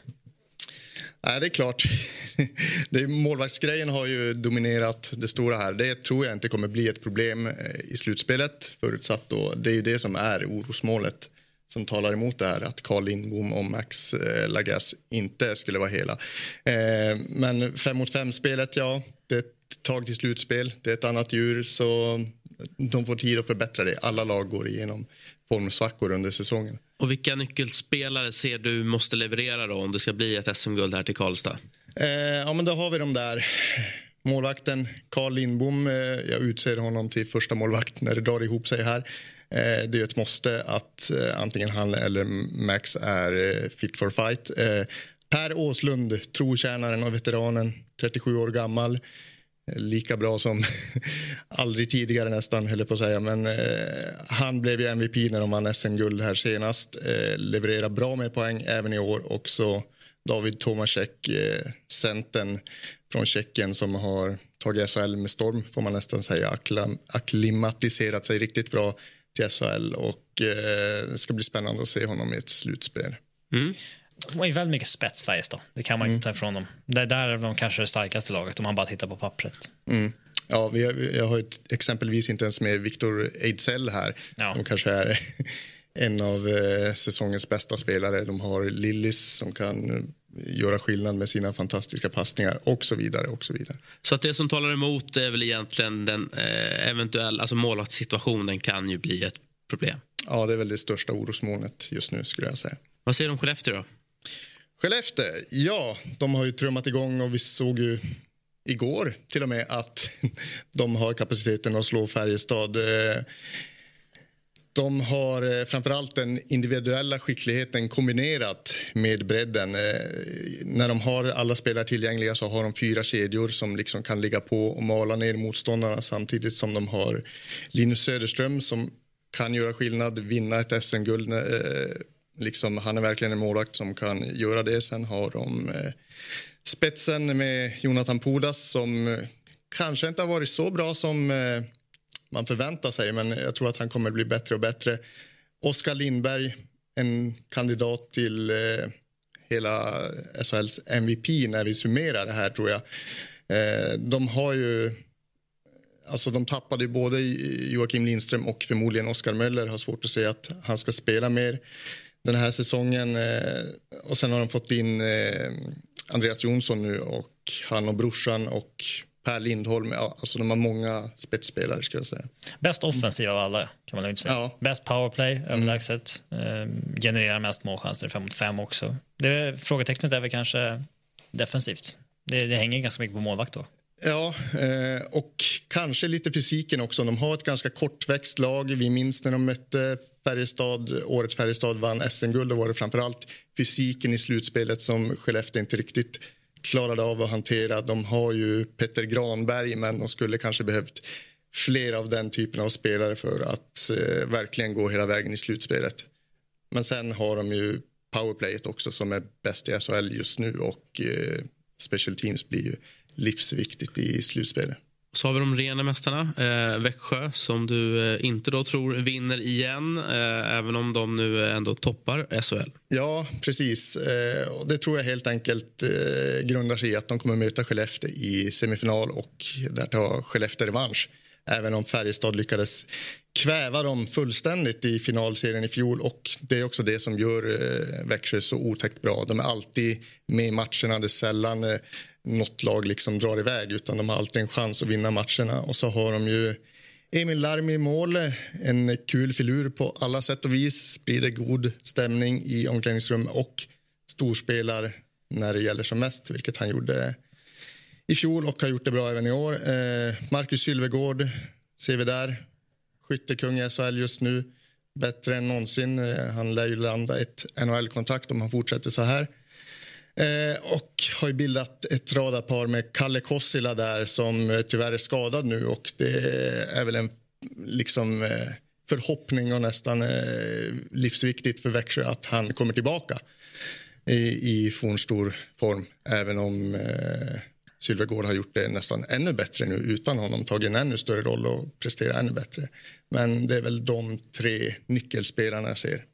Nej, det är klart. Det, målvaktsgrejen har ju dominerat det stora här. Det tror jag inte kommer bli ett problem i slutspelet, förutsatt då. Det är ju det som är orosmålet som talar emot det här, att Carl Lindbom och Max eh, Lagas inte skulle vara hela. Eh, men fem mot fem-spelet, ja, det är ett tag till slutspel. Det är ett annat djur, så de får tid att förbättra det. Alla lag går igenom formsvackor under säsongen. Och vilka nyckelspelare ser du måste leverera då om det ska bli ett S M-guld här till Karlstad? Eh, ja, men då har vi de där. Målvakten Carl Lindbom, eh, jag utser honom till första målvakt när det drar ihop sig här. Eh, det är ett måste att eh, antingen han eller Max är eh, fit for fight. Eh, Per Åslund, trotjänaren och veteranen, trettiosju år gammal. Eh, lika bra som aldrig tidigare nästan, höll jag på att säga. Men eh, han blev ju M V P när de vann S M-guld här senast. Eh, levererar bra med poäng även i år. Också David Tomášek, eh, centern från Tjeckien som har tagit S H L med storm, får man nästan säga. Akklim- akklimatiserat sig riktigt bra till S H L, och eh, det ska bli spännande att se honom i ett slutspel. Mm. De har ju väldigt mycket spetsfärg då. Det kan man inte mm. ta ifrån dem. Det där är de kanske det starkaste laget om man bara tittar på pappret. Mm. Ja, vi har, jag har ett, exempelvis inte ens med Victor Ejdsell här. Ja. De kanske är en av eh, säsongens bästa spelare. De har Lillis som kan göra skillnad med sina fantastiska passningar och så vidare och så vidare. Så att det som talar emot är väl egentligen den eh, eventuella, alltså målvaktssituationen kan ju bli ett problem. Ja, det är väl det största orosmolnet just nu, skulle jag säga. Vad säger du om Skellefteå då? Skellefteå, ja, de har ju trummat igång och vi såg ju igår till och med att de har kapaciteten att slå Färjestad. De har framförallt den individuella skickligheten kombinerat med bredden. När de har alla spelare tillgängliga så har de fyra kedjor som liksom kan ligga på och mala ner motståndarna, samtidigt som de har Linus Söderström som kan göra skillnad, vinna ett S M-guld. Liksom, han är verkligen en målvakt som kan göra det. Sen har de eh, spetsen med Jonathan Pudas som eh, kanske inte har varit så bra som eh, man förväntar sig, men jag tror att han kommer bli bättre och bättre. Oskar Lindberg, en kandidat till eh, hela S H L:s M V P när vi summerar det här, tror jag. Eh, de har ju Alltså de tappade ju både Joakim Lindström och förmodligen Oskar Möller. Har svårt att se att han ska spela mer den här säsongen. Och sen har de fått in Andreas Jonsson nu, och han och brorsan och Per Lindholm. Alltså de har många spetsspelare, ska jag säga. Bäst offensiv av alla, kan man lugnt säga. Ja. Bäst powerplay, överlägset. Mm. Genererar mest målchanser, fem mot fem också. Det, frågetecknet är väl kanske defensivt. Det, det hänger ganska mycket på målvakt då. Ja, och kanske lite fysiken också. De har ett ganska kortväxt lag. Vi minns när de mötte Färjestad, året Färjestad vann S M-guld. Då var det framförallt fysiken i slutspelet som Skellefteå inte riktigt klarade av att hantera. De har ju Petter Granberg, men de skulle kanske behövt fler av den typen av spelare för att eh, verkligen gå hela vägen i slutspelet. Men sen har de ju powerplayet också som är bäst i S H L just nu, och eh, special teams blir ju livsviktigt i slutspelet. Så har vi de rena mästarna, eh, Växjö, som du eh, inte då tror vinner igen, eh, även om de nu ändå toppar S H L. Ja, precis. Eh, och det tror jag helt enkelt eh, grundar sig i att de kommer möta Skellefteå i semifinal och där tar Skellefteå revansch. Även om Färjestad lyckades kväva dem fullständigt i finalserien i fjol, och det är också det som gör eh, Växjö så otäckt bra. De är alltid med i matcherna, det är sällan eh, något lag liksom drar iväg, utan de har alltid en chans att vinna matcherna. Och så har de ju Emil Larmi i mål, en kul filur på alla sätt och vis, sprider god stämning i omklädningsrum och storspelar när det gäller som mest, vilket han gjorde i fjol och har gjort det bra även i år. Eh, Marcus Sylvegård ser vi där, skyttekung i S H L just nu, bättre än någonsin. Eh, han lär ju landa ett N H L-kontrakt om han fortsätter så här. Eh, och har ju bildat ett radarpar med Kalle Kossila där, som tyvärr är skadad nu, och det är väl en liksom eh, förhoppning och nästan eh, livsviktigt för Växjö att han kommer tillbaka i, i fornstor form, även om eh, Sylvegård har gjort det nästan ännu bättre nu utan honom, tagit en ännu större roll och presterar ännu bättre. Men det är väl de tre nyckelspelarna jag ser.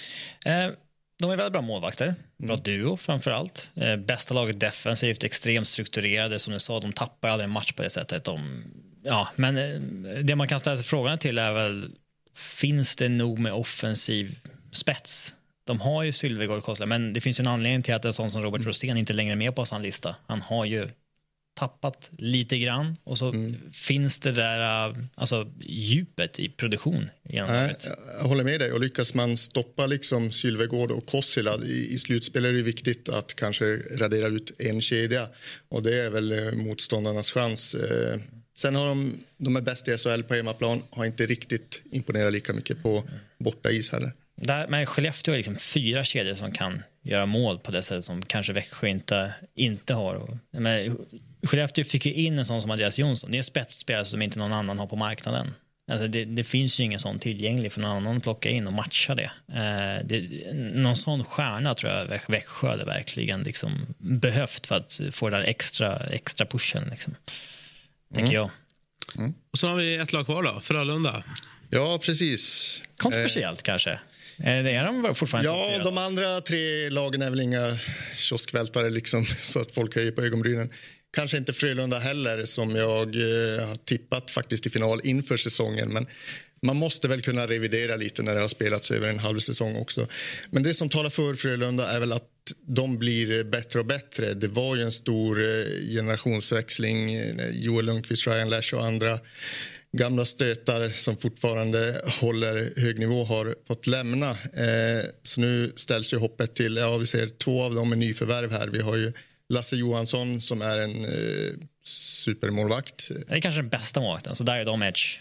Eh. De är väldigt bra målvakter, bra Mm. duo framförallt. Eh, bästa laget defensivt, extremt strukturerade, som du sa, de tappar aldrig en match på det sättet. De, ja, men eh, det man kan ställa sig frågan till är väl, finns det nog med offensiv spets? De har ju Sylvegård och Kossla, men det finns ju en anledning till att en sån som Robert mm. Rosén inte längre är med på sin lista. Han har ju tappat lite grann, och så mm. finns det där alltså djupet i produktion genom Nej, jag håller med dig, och lyckas man stoppa liksom Sylvegård och Kossila i, i slutspel är det viktigt att kanske radera ut en kedja, och det är väl motståndarnas chans. Eh, sen har de, de är bäst i S H L på hemmaplan, har inte riktigt imponerat lika mycket på borta is heller. Där, men Skellefteå är liksom fyra kedjor som kan göra mål på det sättet som kanske Växjö inte, inte har. Men Skellefteå fick ju in en sån som Andreas Jonsson. Det är en spetsspelare som inte någon annan har på marknaden. Alltså det, det finns ju ingen sån tillgänglig för någon annan att plocka in och matcha det. Eh, det någon sån stjärna tror jag Växjö hade verkligen liksom behövt för att få den där extra, extra pushen. Liksom. Tänker mm. jag. Mm. Och så har vi ett lag kvar då, Frölunda. Ja, precis. Kontroversiellt eh. kanske. Det är de fortfarande. Ja, de andra tre lagen är väl inga kioskvältare liksom, så att folk höjer på ögonbrynen. Kanske inte Frölunda heller, som jag eh, har tippat faktiskt i final inför säsongen. Men man måste väl kunna revidera lite när det har spelats över en halv säsong också. Men det som talar för Frölunda är väl att de blir bättre och bättre. Det var ju en stor eh, generationsväxling. Joel Lundqvist, Ryan Lash och andra gamla stötar som fortfarande håller hög nivå har fått lämna. Eh, så nu ställs ju hoppet till, ja vi ser två av dem är nyförvärv här. Vi har ju Lasse Johansson som är en eh, supermålvakt. Det är kanske den bästa målvakten, så där är de edge.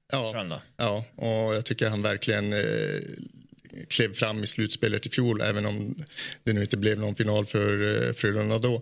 Ja, ja, och jag tycker han verkligen eh, klev fram i slutspelet i fjol, även om det nu inte blev någon final för eh, Frölunda då.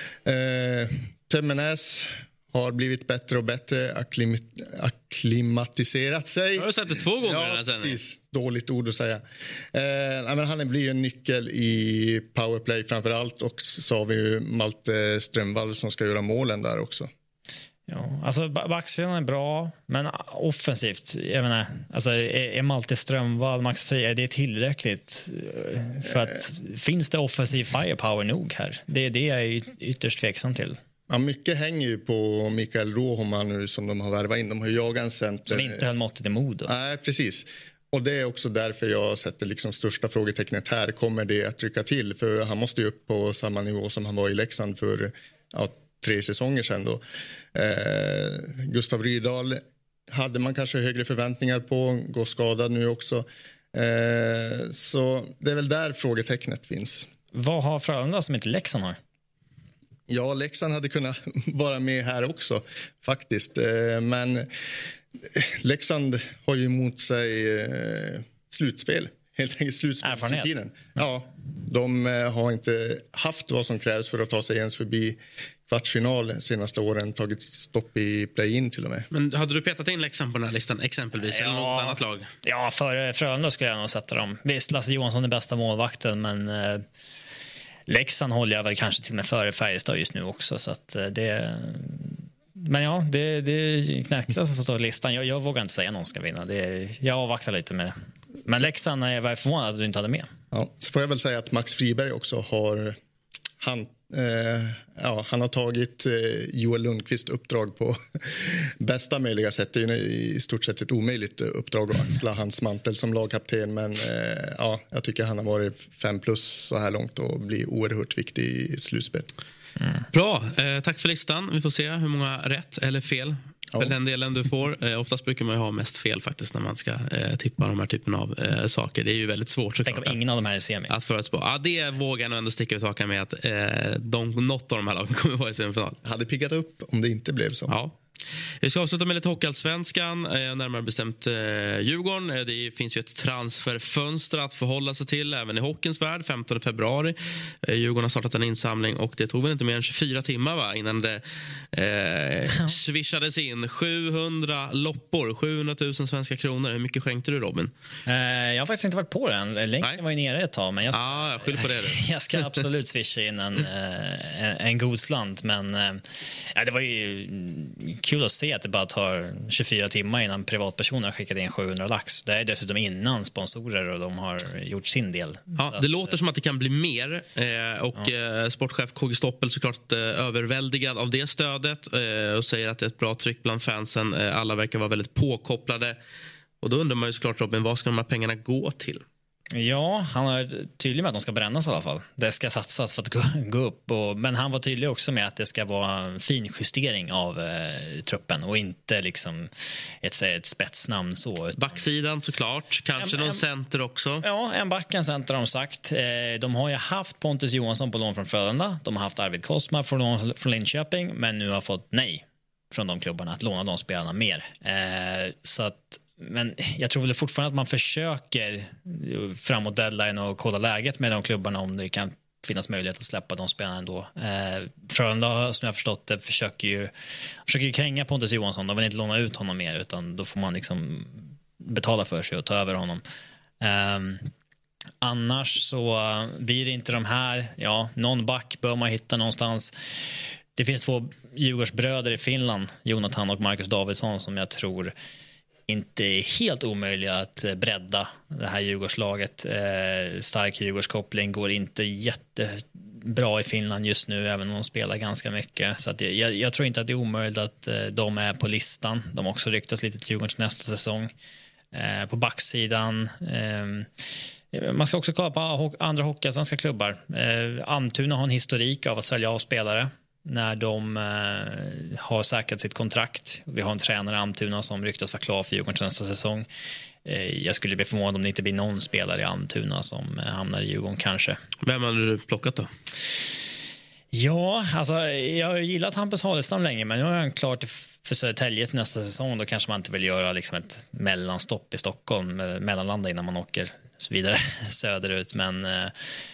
Eh, Tömmernes har blivit bättre och bättre, akklim- akklimatiserat sig. Har du sett det två gånger? Ja, precis. Dåligt ord att säga. Eh, men han blir en nyckel i powerplay framför allt, och så har vi ju Malte Strömvall som ska göra målen där också. Ja, alltså backsidan är bra, men offensivt, jag menar, alltså är, är Malte Strömvall, Max Fria, det är tillräckligt för att eh. finns det offensiv firepower nog här? Det är det jag är ytterst tveksam till. Ja, mycket hänger ju på Mikael Rohoma nu som de har värvat in. De har jagat en center. Som inte höll måttet i mod. Nej, precis. Och det är också därför jag sätter liksom största frågetecknet här. Kommer det att trycka till? För han måste ju upp på samma nivå som han var i Leksand för ja, tre säsonger sedan då. Eh, Gustav Rydahl hade man kanske högre förväntningar på. Går skadad nu också. Eh, så det är väl där frågetecknet finns. Vad har Frölunda som inte Leksand har? Ja, Leksand hade kunnat vara med här också faktiskt. Men Leksand har ju emot sig slutspel. Helt enkelt slutspelstiden. Ja, de har inte haft vad som krävs för att ta sig ens förbi kvartsfinal senaste åren, tagit stopp i play-in till och med. Men hade du petat in Leksand på den här listan exempelvis, ja, eller något annat lag? Ja, för Frölunda skulle jag nog sätta dem. Visst, Lasse Johansson är bästa målvakten, men eh, Leksand håller jag väl kanske till och med före Färjestad just nu också, så att det men ja, det, det är knäckta som får stå i listan. Jag, jag vågar inte säga någon ska vinna. Det, jag avvaktar lite med. Men Leksand är jag förvånad att du inte hade med. Ja, så får jag väl säga att Max Friberg också har... Han, eh, ja, han har tagit eh, Joel Lundqvist uppdrag på bästa möjliga sätt. Det är ju i stort sett ett omöjligt uppdrag att axla hans mantel som lagkapten. Men eh, ja, jag tycker han har varit fem plus så här långt och blir oerhört viktig i slutspel. Mm. Bra, eh, tack för listan. Vi får se hur många rätt eller fel för ja. den delen du får. Eh, oftast brukar man ju ha mest fel faktiskt när man ska eh, tippa de här typen av eh, saker. Det är ju väldigt svårt såklart. Tänk om ingen av de här är semi. Att förutspå. Ja, det vågar jag nog ändå sticka ut hakan med att eh, de, något av de här lagen kommer vara i semifinal. Hade piggat upp om det inte blev så. Ja. Vi ska avsluta med lite Hockeyallsvenskan, eh, närmare bestämt eh, Djurgården. Eh, det finns ju ett transferfönster att förhålla sig till även i hockeyns värld, femtonde februari. Eh, Djurgården har startat en insamling och det tog väl inte mer än tjugofyra timmar va, innan det eh, swishades in sjuhundra loppor, sjuhundratusen svenska kronor. Hur mycket skänkte du, Robin? Eh, jag har faktiskt inte varit på den. Länken var ju nere ett tag, men jag ska, ah, jag skyller på det. jag ska absolut swisha in en, en, en god slant, men eh, det var ju kul att se att det bara tar tjugofyra timmar innan privatpersoner har skickat in sjuhundra lax. Det är dessutom innan sponsorer och de har gjort sin del. Ja, det att, låter som att det kan bli mer eh, och ja. eh, sportchef K G Stoppel såklart eh, överväldigad av det stödet eh, och säger att det är ett bra tryck bland fansen. Eh, alla verkar vara väldigt påkopplade och då undrar man ju såklart, Robin, vad ska de här pengarna gå till? Ja, han är tydlig med att de ska brännas i alla fall. Det ska satsas för att gå, gå upp. Och, men han var tydlig också med att det ska vara en fin justering av eh, truppen och inte liksom ett, ett spetsnamn så. Utan... Backsidan såklart, kanske en, någon en, center också. Ja, en back, en center har de sagt. Eh, de har ju haft Pontus Johansson på lån från Frölunda. De har haft Arvid Kosma från, lån från Linköping, men nu har fått nej från de klubbarna att låna de spelarna mer. Eh, så att men jag tror väl fortfarande att man försöker framåt deadline och kolla läget med de klubbarna om det kan finnas möjlighet att släppa de spelarna ändå. Eh, Frölunda, som jag har förstått det, försöker ju, försöker ju kränga Pontus Johansson. De vill inte låna ut honom mer, utan då får man liksom betala för sig och ta över honom. Eh, annars så blir det inte de här, ja, någon back bör man hitta någonstans. Det finns två Djurgårdsbröder i Finland, Jonathan och Marcus Davidsson, som jag tror inte är helt omöjliga att bredda det här Djurgårdslaget. Eh, stark Djurgårdskoppling, går inte jättebra i Finland just nu, även om de spelar ganska mycket. Så att jag, jag tror inte att det är omöjligt att eh, de är på listan. De har också ryktats lite till Djurgårdens nästa säsong. Eh, på backsidan... Eh, man ska också kolla på ho- andra hockeyallsvenska klubbar. Eh, Almtuna har en historik av att sälja av spelare när de eh, har säkrat sitt kontrakt. Vi har en tränare i Almtuna som ryktas vara klar för Djurgårdens nästa säsong. Eh, jag skulle bli förvånad om det inte blir någon spelare i Almtuna som eh, hamnar i Djurgården kanske. Vem har du plockat då? Ja, alltså jag har gillat Hampus Halestam länge, men nu har jag klart för Södertälje till nästa säsong. Då kanske man inte vill göra liksom ett mellanstopp i Stockholm, mellanlanda innan man åker så vidare söderut, men eh,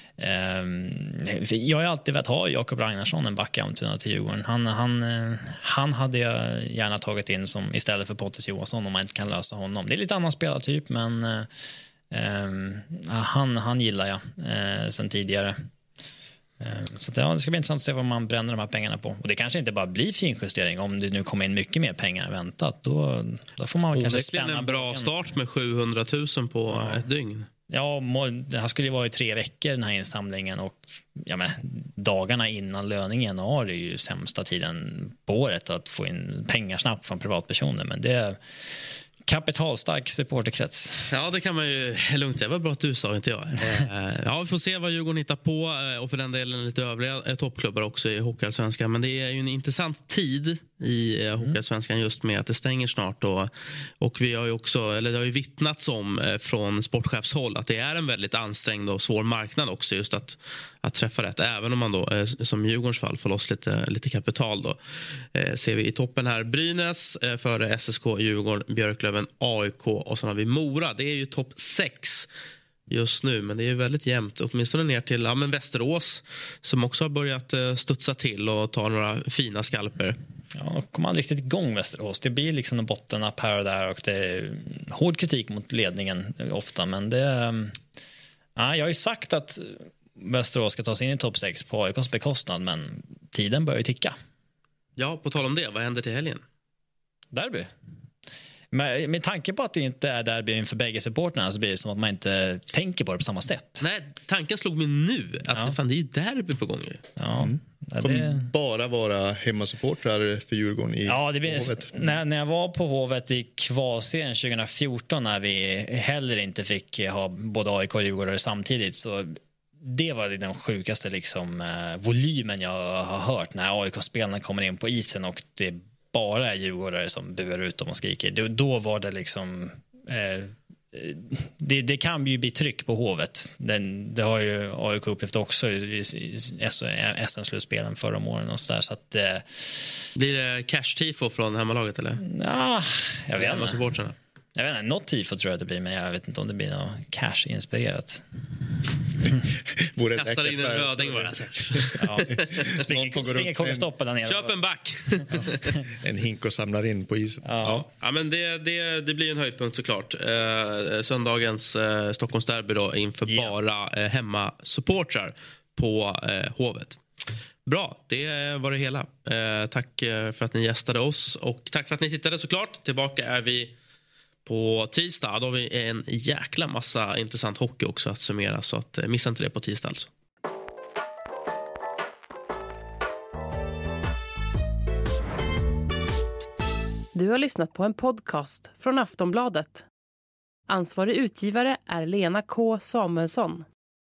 jag har alltid velat ha Jakob Ragnarsson, en back i Almtuna till Djurgården. Han, han, han hade jag gärna tagit in som istället för Pontus Johansson om man inte kan lösa honom. Det är lite annan spelartyp, men uh, han, han gillar jag uh, sen tidigare. Uh, så att, ja, det ska bli intressant att se vad man bränner de här pengarna på. Och det kanske inte bara blir finjustering. Om det nu kommer in mycket mer pengar än väntat, då, då får man kanske spänna en bra start med sjuhundratusen på ja. ett dygn. Ja, det här skulle ju vara i tre veckor den här insamlingen, och ja, men, dagarna innan löning i januari är ju sämsta tiden på året att få in pengar snabbt från privatpersoner, men det är kapitalstark supporterkrets. Ja, det kan man ju lugnt säga. Det var bra att du sa, inte jag. Ja, vi får se vad Djurgården hittar på, och för den delen lite övriga toppklubbar också i Hockeyallsvenskan. Men det är ju en intressant tid i Hockeyallsvenskan just med att det stänger snart, och, och vi har ju också, eller det har ju vittnats om från sportchefshåll att det är en väldigt ansträngd och svår marknad också just att, att träffa rätt, även om man då som Djurgårdens fall får loss lite, lite kapital då. Eh, ser vi i toppen här Brynäs eh, före S S K, Djurgården, Björklöven, A I K, och så har vi Mora. Det är ju topp sex just nu, men det är ju väldigt jämnt, åtminstone ner till ja, men Västerås som också har börjat eh, studsa till och ta några fina skalper. Ja, kommer man riktigt igång Västerås. Det blir liksom en bottennapp här och där, och det är hård kritik mot ledningen ofta, men det ja, jag har ju sagt att Västerås ska ta sig in i topp sex på A I K:s bekostnad, men tiden börjar ju ticka. Ja, på tal om det, vad händer till helgen? Derby. Med, med tanke på att det inte är derby inför bägge supporterna så blir det som att man inte tänker på det på samma sätt. Nej, tanken slog mig nu att Ja. fan, det är ju derby på gång. Ja. Mm. Ja, kommer det... bara vara hemmasupportrar för Djurgården i Ja, det blir, Hovet. när, när jag var på Hovet i kvalserien tjugo fjorton när vi heller inte fick ha både A I K och Djurgårdare samtidigt, så det var den sjukaste liksom, eh, volymen jag har hört när A I K-spelarna kommer in på isen och det bara är Djurgårdare som buar ut dem och skriker. Då, då var det liksom... Eh, det, det kan ju bli tryck på Hovet. Den, det har ju A I K upplevt också i, i S M-slutspelen förra åren och så där, så att... Eh, Blir det cash-tifo från hemmalaget eller? Ja, jag vet inte. Supporterna. Jag vet inte, något tifo tror jag det blir, men jag vet inte om det blir något cash-inspirerat. Kastar in en röding bara. Ja. Springer, springer Kångestoppa där nere. Köp en back. En hink och samlar in på isen. Ja, ja. ja men det, det, det blir en höjdpunkt såklart. Eh, söndagens eh, Stockholmsderby då inför yeah. bara eh, hemmasupportrar på eh, Hovet. Bra, det var det hela. Eh, tack för att ni gästade oss och tack för att ni tittade såklart. Tillbaka är vi på tisdag. Då har vi en jäkla massa intressant hockey också att summera, så att missa inte det på tisdag alltså. Du har lyssnat på en podcast från Aftonbladet. Ansvarig utgivare är Lena K. Samuelsson.